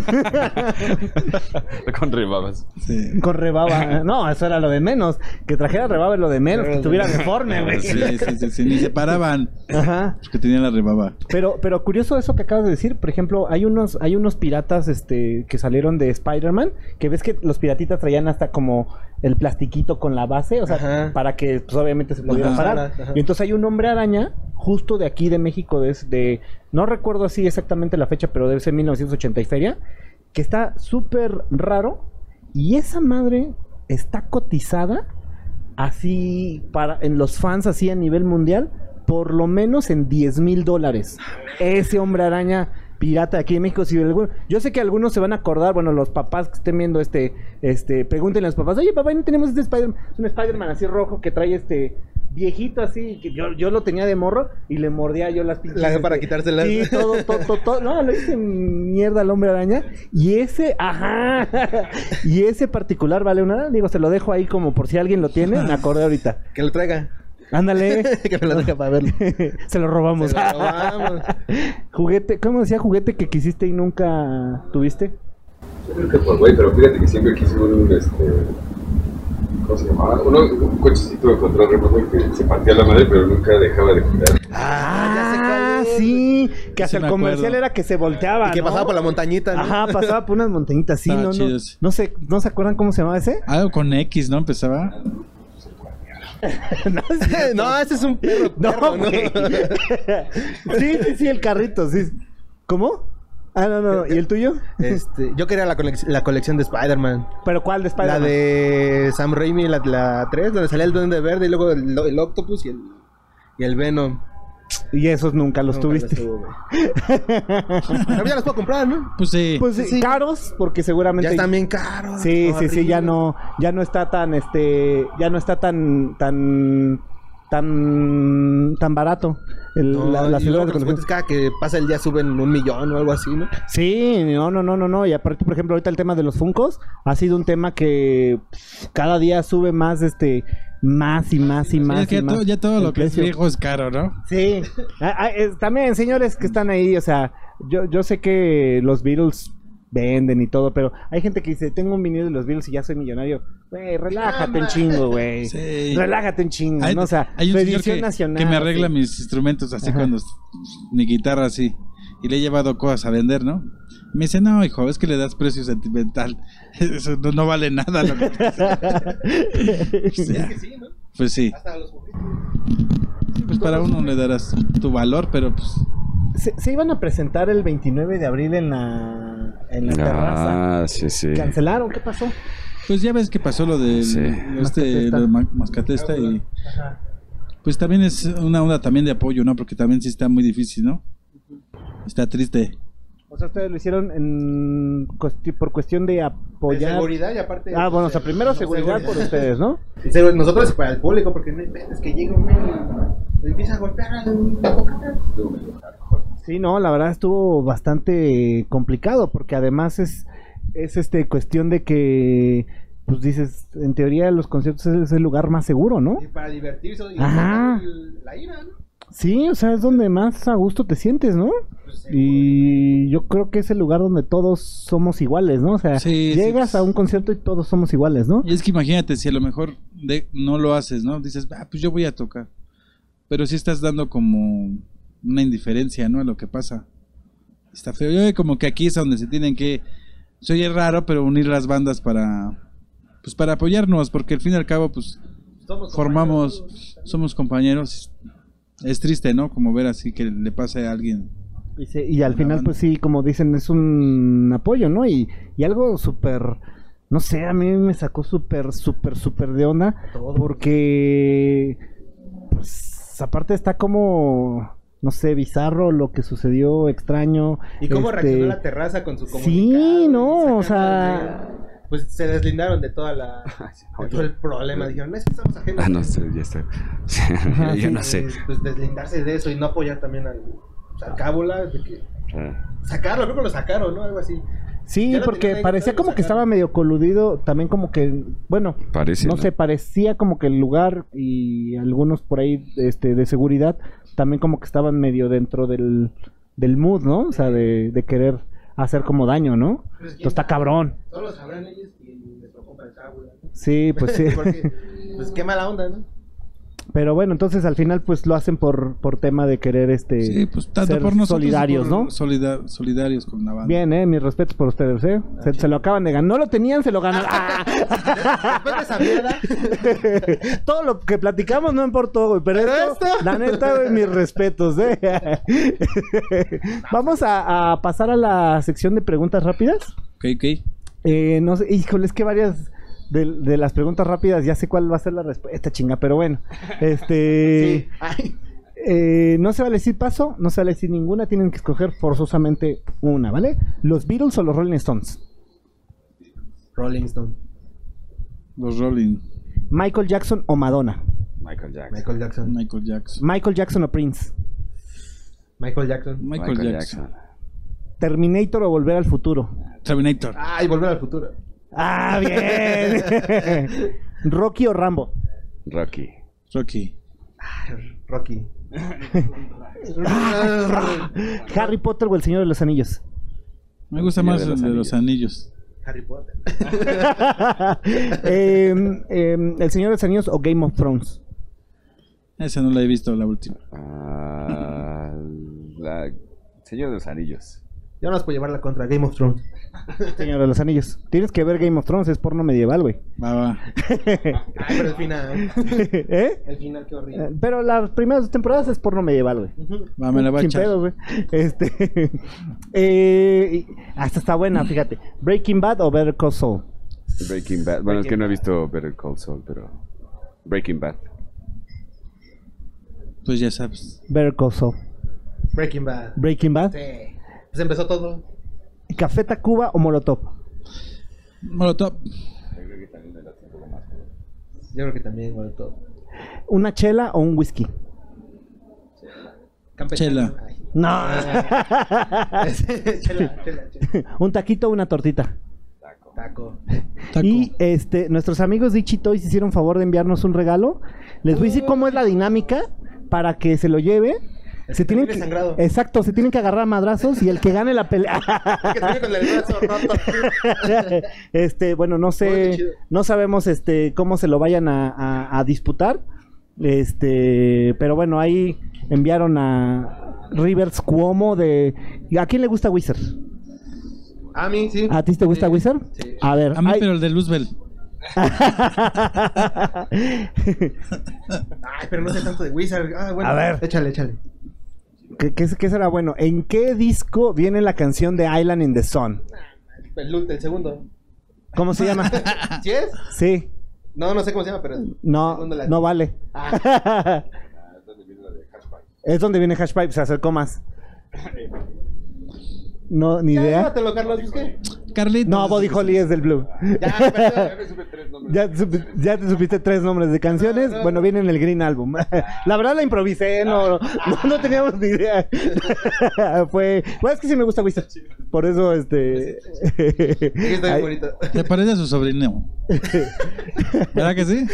Con rebabas. Sí. Con rebaba. No, eso era lo de menos. Que trajera rebaba es lo de menos. Que estuviera deforme, güey. Sí, sí, sí, sí. Ni se paraban. Ajá. Porque tenían la rebaba. Pero, pero curioso eso que acabas de decir. Por ejemplo, hay unos, hay unos piratas este, que salieron de Spider-Man. Que ves que los piratitas traían hasta como el plastiquito con la base. O sea, Ajá. para que pues, obviamente se pudieran Ajá. parar. Ajá. Y entonces hay un hombre araña, justo de aquí de México, de, de no recuerdo así exactamente la fecha, pero debe ser mil novecientos ochenta y feria. Que está súper raro. Y esa madre está cotizada así para en los fans así a nivel mundial por lo menos en diez mil dólares. Ese hombre araña pirata de aquí de México. Si alguno, yo sé que algunos se van a acordar, bueno, los papás que estén viendo este, este, pregúntenle a los papás, oye papá, ¿no tenemos este Spider-Man? Es un Spider-Man así rojo que trae este viejito así, que yo, yo lo tenía de morro y le mordía yo las pinches. La- para este, quitárselas. Sí, todo, todo, todo, todo. No, le hice mierda al hombre araña. Y ese, ajá. Y ese particular vale una, digo, se lo dejo ahí como por si alguien lo tiene, me acordé ahorita. Que lo traiga. Ándale. Que me lo deje para verlo. Se lo robamos. Se lo robamos. Juguete, ¿cómo decía? Juguete que quisiste y nunca tuviste. Yo creo que por güey, pero fíjate que siempre quise un, este, ¿cómo se llamaba? Uno, un cochecito de control remoto que se partía la madre, pero nunca dejaba de girar. Ah, ya sé cuál es. sí. Que hasta Sí el me comercial acuerdo. era que se volteaba, Y que ¿no? pasaba por la montañita, ¿no? Ajá, pasaba por unas montañitas, sí, Estaba no, no, chido ese. no sé, ¿no se acuerdan cómo se llamaba ese? Algo con X, ¿no? Empezaba. No, es cierto. No, ese es un perro. No, perro, ¿no? güey. Sí, sí, sí, el carrito, sí. ¿Cómo? Ah, no, no, no. ¿Y el tuyo? Este, yo quería la, colec- la colección de Spider-Man. ¿Pero cuál de La Spider-Man? de Sam Raimi, la, la tres, donde salía el Duende Verde y luego el, el Octopus y el, y el Venom. Y esos nunca los Nunca tuviste. tuve, güey. Pero ya los puedo comprar, ¿no? Pues sí. Pues sí, Sí. caros, porque seguramente... Ya están bien caros. Sí, sí, sí, ya horribles. no, ya no está tan, este, ya no está tan, tan, tan, tan barato. El, No, la, las y figuras luego de los colección. juguetes cada que pasa el día suben un millón o algo así, ¿no? Sí, no, no, no, no, no. Y aparte, por ejemplo, ahorita el tema de los Funkos ha sido un tema que pff, cada día sube más, este, más y más y Sí, más. es que y ya más todo, ya todo el lo que es precio. viejo es caro, ¿no? Sí. Ah, ah, eh, también, señores que están ahí, o sea, yo, yo sé que los Beatles venden y todo, pero hay gente que dice, tengo un vinilo de los Beatles y ya soy millonario. Güey, relájate un chingo, güey. Sí. Relájate un chingo, Hay, ¿no? O sea, hay un tu señor edición que, nacional. que me arregla sí. mis instrumentos así Ajá. cuando mi guitarra así. Y le he llevado cosas a vender, ¿no? Me dice, no, hijo, es que le das precio sentimental. Eso no, no vale nada. Lo que pues, ya. Pues sí. Pues para uno le darás tu valor, pero pues... Se, se iban a presentar el veintinueve de abril en la, en la terraza. Ah, sí, sí. ¿Cancelaron? ¿Qué pasó? Pues ya ves que pasó lo de Sí. este Mascatesta. lo de Ma- Mascatesta y pues también es una onda también de apoyo, ¿no? Porque también sí está muy difícil, ¿no? Está triste. O sea, ustedes lo hicieron en cuesti- por cuestión de De apoyar. seguridad y aparte... Ah, bueno, o pues, sea, primero no, seguridad por ustedes, ¿no? Y seguro- nosotros para el público, porque no hay pedos, que llega un men y empieza a golpear al boca. Sí, no, la verdad estuvo bastante complicado porque además es, es este cuestión de que, pues dices, en teoría los conciertos es el lugar más seguro, ¿no? Y para divertirse y Ajá. el- la ira, ¿no? Sí, o sea, es donde más a gusto te sientes, ¿no? Pues, seguro. Y yo creo que es el lugar donde todos somos iguales, ¿no? O sea, Sí, llegas sí. a un concierto y todos somos iguales, ¿no? Y es que imagínate, si a lo mejor de, no lo haces, ¿no? Dices, ah, pues yo voy a tocar. Pero sí estás dando como una indiferencia, ¿no? A lo que pasa. Está feo. Yo como que aquí es donde se tienen que... Se oye raro, pero unir las bandas para... Pues para apoyarnos, porque al fin y al cabo, pues... Somos Formamos... compañeros. Somos compañeros. Es triste, ¿no? Como ver así que le pase a alguien. Y, se- y al Una final, banda. pues sí, como dicen, es un apoyo, ¿no? Y, y algo súper, no sé, a mí me sacó súper, súper, súper de onda. Todo. Porque, pues, aparte está como, no sé, bizarro lo que sucedió, extraño. ¿Y cómo este, reaccionó la terraza con su sí, comunicado? y no, sacando o sea- el- Pues se deslindaron de toda la... de todo el problema. Dijeron, es que estamos ajenos. Ah, no sé, ya está. Ajá, Yo sí. no sé. Pues deslindarse de eso y no apoyar también al... pues, al cábula, de que... Ah, Sacarlo, creo que lo sacaron, ¿no? Algo así. Sí, Ya lo porque tenían ahí, parecía todavía como lo que estaba sacaron. medio coludido, también como que, bueno, Parece, no ¿no? sé, parecía como que el lugar y algunos por ahí este, de seguridad también como que estaban medio dentro del, del mood, ¿no? O sea, de, de querer hacer como daño, ¿no? Pues, Esto está cabrón. Solo sabrán ellos y les tocó para el cábula. ¿no? Sí, pues sí. Porque, pues qué mala onda, ¿no? Pero bueno, entonces al final pues lo hacen por, por tema de querer este Sí, pues tanto ser por nosotros. solidarios, por ¿no? solida- solidarios con la banda. Bien, eh, mis respetos por ustedes, eh. Se, se lo acaban de ganar. No lo tenían, se lo ganaron. ¡Ah! Después de esa mierda... Todo lo que platicamos no importó, güey. Pero, Pero esto, esto- la neta, güey, mis respetos, eh. Vamos a, a pasar a la sección de preguntas rápidas. Ok, ok. Eh, no sé, híjole, es que varias de, de las preguntas rápidas ya sé cuál va a ser la respuesta, chinga, pero bueno. Este. Sí. Ay. Eh, no se vale decir paso, no se vale decir ninguna, tienen que escoger forzosamente una, ¿vale? ¿Los Beatles o los Rolling Stones? Rolling Stone. Los Rolling. ¿Michael Jackson o Madonna? Michael Jackson. Michael Jackson. Michael Jackson. ¿Michael Jackson o Prince? Michael Jackson. Michael, Jackson. ¿Terminator o Volver al Futuro? Terminator. Ah, y volver al futuro. ¡Ah, bien! ¿Rocky o Rambo? Rocky. Rocky. Rocky. ¿Harry Potter o El Señor de los Anillos? Me gusta Señor más de el los de los anillos. Harry Potter. Em, em, ¿El Señor de los Anillos o Game of Thrones? Esa no la he visto, la última. Ah, la... Señor de los Anillos. Ya no vas por llevarla contra Game of Thrones. Señor de los Anillos. Tienes que ver Game of Thrones, es porno medieval, güey. Va, va. Ay, pero el final. ¿Eh? El final, qué horrible. Eh, Pero las primeras dos temporadas es porno medieval, güey. Ujú. Va, me la va a Sin echar. pedos, güey. Este. eh, y- hasta está buena, fíjate. ¿Breaking Bad o Better Call Saul? Breaking Bad. Bueno, es Breaking que no he visto Better Call Saul, pero... Breaking Bad. Pues ya sabes. Better Call Saul. Breaking Bad. Breaking Bad. Sí. Pues empezó todo. ¿Café Tacuba o Molotov? Molotov. Yo creo que también, bueno, todo. ¿Una chela o un whisky? Chela. Ay. No. chela, chela, chela. ¿Un taquito o una tortita? Taco. Taco. Y este, nuestros amigos de Ichi Toys hicieron favor de enviarnos un regalo. Les voy a decir cómo es la dinámica para que se lo lleve. El Se que tienen termine que, sangrado. exacto, se tienen que agarrar a madrazos y el que gane la pelea. Que termine con el brazo roto. este, bueno, no Oh, qué sé, chido. no sabemos este cómo se lo vayan a, a- a disputar. Este, pero bueno, ahí enviaron a Rivers Cuomo de ¿a quién le gusta Wizard? A mí, sí. ¿A ti te gusta Sí. Wizard? Sí. A ver, A mí, ay- pero el de Luzbel. Ay, pero no sé tanto de Wizard. Ah, bueno. A ver. Échale, échale. ¿Qué, qué, qué será bueno? ¿En qué disco viene la canción de Island in the Sun? El, ul- el segundo. ¿Cómo se llama? ¿Sí es? Sí, No, no sé cómo se llama, pero... el no, segundo la- no vale. Ah, Es donde viene Hashpipe, se acercó más. No, ni Ya, idea. llévatelo, Carlos, pues, ¿qué? Carlitos. No, Body Holly es del Blue. Ya, pero- Ya me supe tres nombres. Ya, supi- ya te supiste tres nombres de canciones. No, no. Bueno, viene en el Green Album. La verdad la improvisé, no, no, no teníamos ni idea. Fue. Bueno, es que sí me gusta Wizard. Por eso, este. Sí, está bien Ay, bonito. Te parece a su sobrino. ¿Verdad que sí?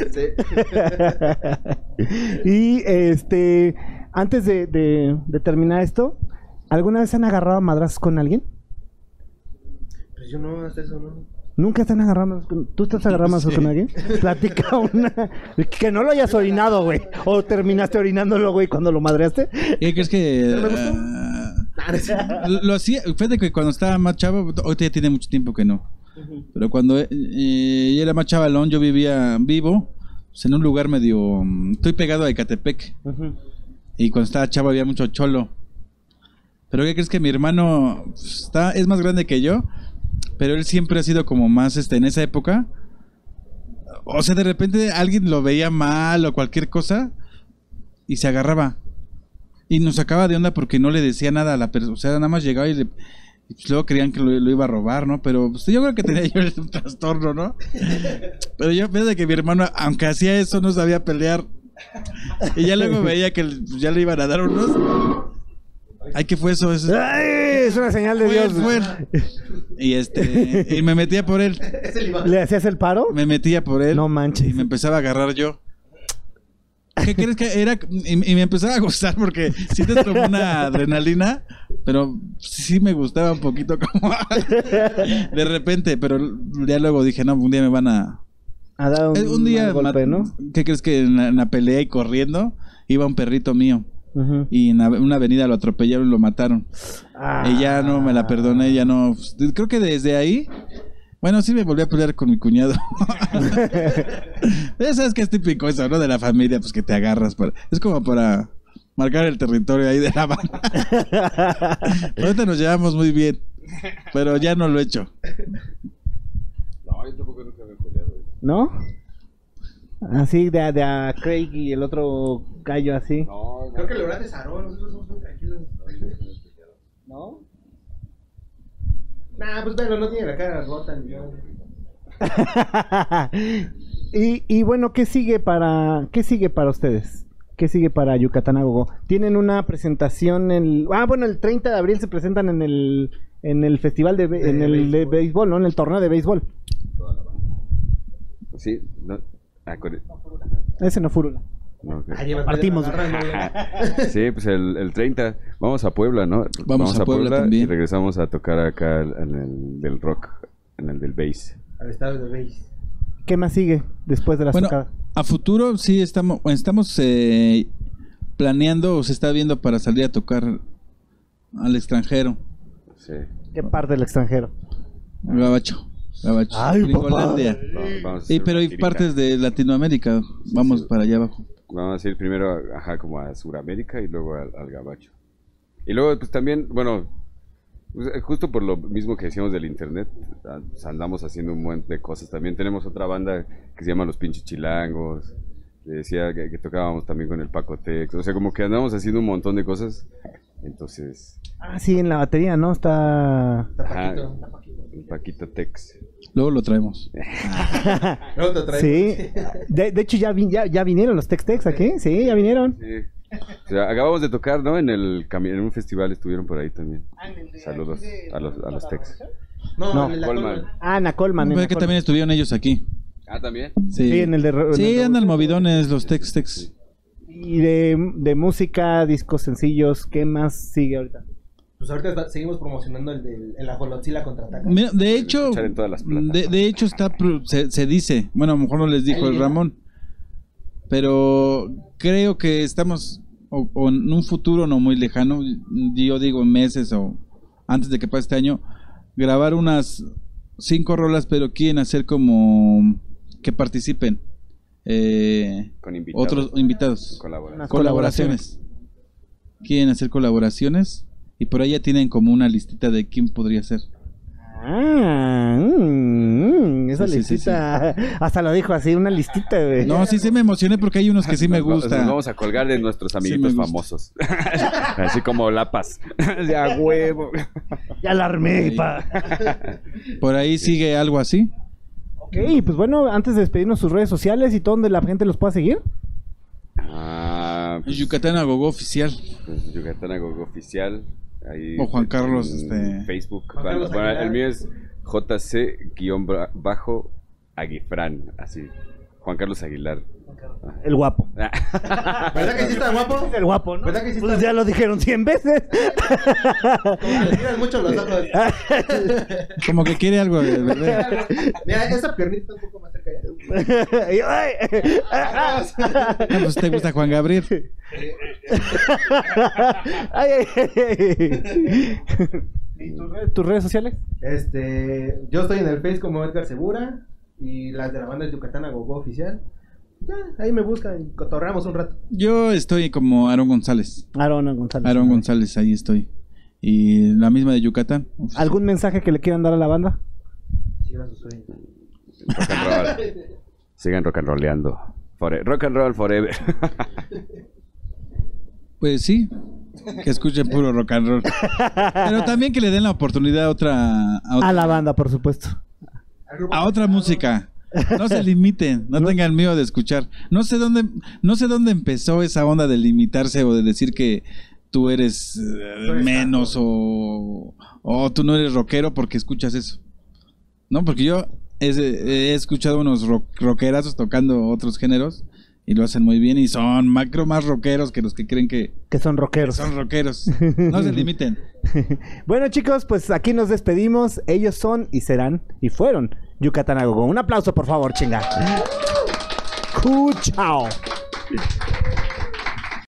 Sí. Y este. Antes de, de, de terminar esto, ¿alguna vez se han agarrado a madrazos con alguien? Pues yo no, hasta eso no. ¿Nunca están agarrando? Con... ¿Tú estás agarrando Sí. con alguien? Platica una. Que no lo hayas orinado, güey. O terminaste orinándolo, güey, cuando lo madreaste. ¿Qué crees que.? Pero me gustó. ah, Ah, no es cierto. lo, lo hacía. Fíjate que cuando estaba más chavo. Ahorita ya tiene mucho tiempo que no. Pero cuando eh, eh, era más chavalón, yo vivía vivo. Pues, en un lugar medio. mm, Estoy pegado a Ecatepec. Ujú. Y cuando estaba chavo había mucho cholo. Pero ¿qué crees que mi hermano pues, está, es más grande que yo? Pero él siempre ha sido como más, este, en esa época. O sea, de repente alguien lo veía mal o cualquier cosa y se agarraba. Y nos sacaba de onda porque no le decía nada a la persona. O sea, nada más llegaba y, le, y pues, luego creían que lo, lo iba a robar, ¿no? Pero pues, yo creo que tenía yo un trastorno, ¿no? Pero yo pensé que mi hermano, aunque hacía eso, no sabía pelear. Y ya luego veía que ya le iban a dar unos. Ay, ¿qué fue eso? Eso- ¡Ay! Es una señal de Fue él, Dios. fue él. Y este, y me metía por él. Es el Iván. ¿Le hacías el paro? Me metía por él. No manches. Y me empezaba a agarrar yo. ¿Qué crees que era? Y, y me empezaba a gustar porque sientes como una adrenalina, pero sí me gustaba un poquito como de repente, pero ya luego dije, no, un día me van a... Ha dado un, Eh, un día, mal golpe, ma- ¿no? ¿qué crees que en la, en la pelea y corriendo iba un perrito mío? Ujú. Y en la- una avenida lo atropellaron y lo mataron. Ah. Y ya no me la perdoné, ya no. Creo que desde ahí. Bueno, sí me volví a pelear con mi cuñado. Ya sabes que es típico eso, ¿no? De la familia, pues que te agarras. Para... Es como para marcar el territorio ahí de la banda. Ahorita nos llevamos muy bien, pero ya no lo he hecho. No, yo tampoco nunca me he peleado. ¿No? Así de, a- de a Craig y el otro gallo así. No, Creo que Leonardo es Aarón, nosotros somos muy tranquilos. ¿No? Nah, pues bueno, no tiene la cara rota ni nada. y, y bueno, ¿qué sigue para qué sigue para ustedes? ¿Qué sigue para Yucatán Agogo? Tienen una presentación el ah bueno, el treinta de abril se presentan en el en el festival de, be- De en el de béisbol. béisbol, ¿no? En el torneo de béisbol. Sí, no. Ah, con- Ese no furula. no, ok. Ah, lleva- Partimos. agarra, Sí, pues el, el treinta. Vamos a Puebla, ¿no? Vamos a Puebla también. y regresamos a tocar acá en el del rock, en el del bass. Al estado de base. ¿Qué más sigue después de las Bueno, tocadas? a futuro sí estamos, estamos eh, planeando o se está viendo para salir a tocar al extranjero. Sí. ¿Qué parte del extranjero? Gabacho. Gabacho. Ay, Gringolandia. Vamos, vamos a Y, hacer pero una hay girita. partes de Latinoamérica. Vamos sí. para allá abajo. Vamos a ir primero, ajá, como a Sudamérica y luego al, al Gabacho. Y luego, pues también, bueno, pues, eh, justo por lo mismo que decíamos del internet, ah, pues, andamos haciendo un montón de cosas. También tenemos otra banda que se llama Los Pinches Chilangos. Le decía que, que tocábamos también con el Paco Tex. O sea, como que andamos haciendo un montón de cosas. Entonces, Ah, sí, en la batería, ¿no? Está Está ajá, Paquito, está Paquito. el Paquito Tex. Luego lo traemos. Luego te traemos. Sí. De, de hecho ya, vi- ya ya vinieron los Tex Tex aquí. Sí, ya vinieron. Sí. O sea, acabamos de tocar, ¿no? En el cami- en un festival estuvieron por ahí también. Saludos a los, a los Tex. No, No. en el de Colman. Colman. Ah, Nacolman. en Pero es que Nacolman. también estuvieron ellos aquí. Ah, ¿también? Sí, Sí, en el de... en el Sí, de- andan movidones los Tex Tex. Y de, de música, discos sencillos, ¿qué más sigue ahorita? Pues ahorita está- seguimos promocionando el de el Ajolotzila contraataca. Mira, de hecho, escuchar en todas las de, plataformas. de hecho está pro- se, se dice, bueno, a lo mejor no les dijo el Ramón, pero creo que estamos o, o en un futuro no muy lejano, yo digo meses o antes de que pase este año, grabar unas cinco rolas, pero quieren hacer como que participen eh, Con invitados. otros invitados, Colaboración. Unas colaboraciones. Quieren hacer colaboraciones y por ahí ya tienen como una listita de quién podría ser. Ah, mm, mm, esa Sí, sí, sí, listita. Hasta lo dijo así, una listita, güey. No, sí, sí me emocioné porque hay unos que sí me Nos- Nos gustan. vamos a colgar de nuestros Sí, amiguitos me gusta. famosos. Así como Lapas. Ya huevo. Ya la armé, pa. Por ahí sigue algo así. Ok, pues bueno, antes de despedirnos sus redes sociales y todo donde la gente los pueda seguir. Ah, pues, Yucatán Agogó Oficial. pues, Yucatán Agogo Oficial. Ahí O Juan en Carlos, este- Facebook. Juan Bueno, Carlos bueno, Aguilar. el mío es J C-Aguifran. Así. Juan Carlos Aguilar. El guapo. ¿Verdad que sí está guapo? El guapo, ¿no? ¿Verdad que sí Pues está- ya lo dijeron cien veces. Le tiran mucho los ojos. Como que quiere algo de verdad. Mira, esa piernita está un poco más cerca ya. Y, ay, Ah, pues te gusta Juan Gabriel. ay, ay, ay. ¿Y tus redes, tus redes sociales? Este, yo estoy en el Face como Edgar Segura y las de la banda de Yucatán Agogó Oficial. Ya, ahí me buscan y cotorreamos un rato. Yo estoy como Aaron González. Aaron González. Aaron González, ahí estoy. Y la misma de Yucatán. ¿Algún mensaje que le quieran dar a la banda? Sigan sus sueños. Rock and roll. Sigan rock and rolleando. Fore- rock and roll forever. Pues sí, que escuchen puro rock and roll. Pero también que le den la oportunidad a otra, a otra, A la banda, por supuesto. a otra música. No se limiten, no tengan miedo de escuchar. No sé dónde, no sé dónde empezó esa onda de limitarse o de decir que tú eres eh, menos o, o tú no eres rockero porque escuchas eso. No, porque yo he, he escuchado unos rock, rockerazos tocando otros géneros y lo hacen muy bien y son macro más rockeros que los que creen que Que son rockeros. son rockeros. No se limiten. Bueno, chicos, pues aquí nos despedimos. Ellos son y serán y fueron Yucatán Agogó. Un aplauso, por favor, chinga. Cu- Chao.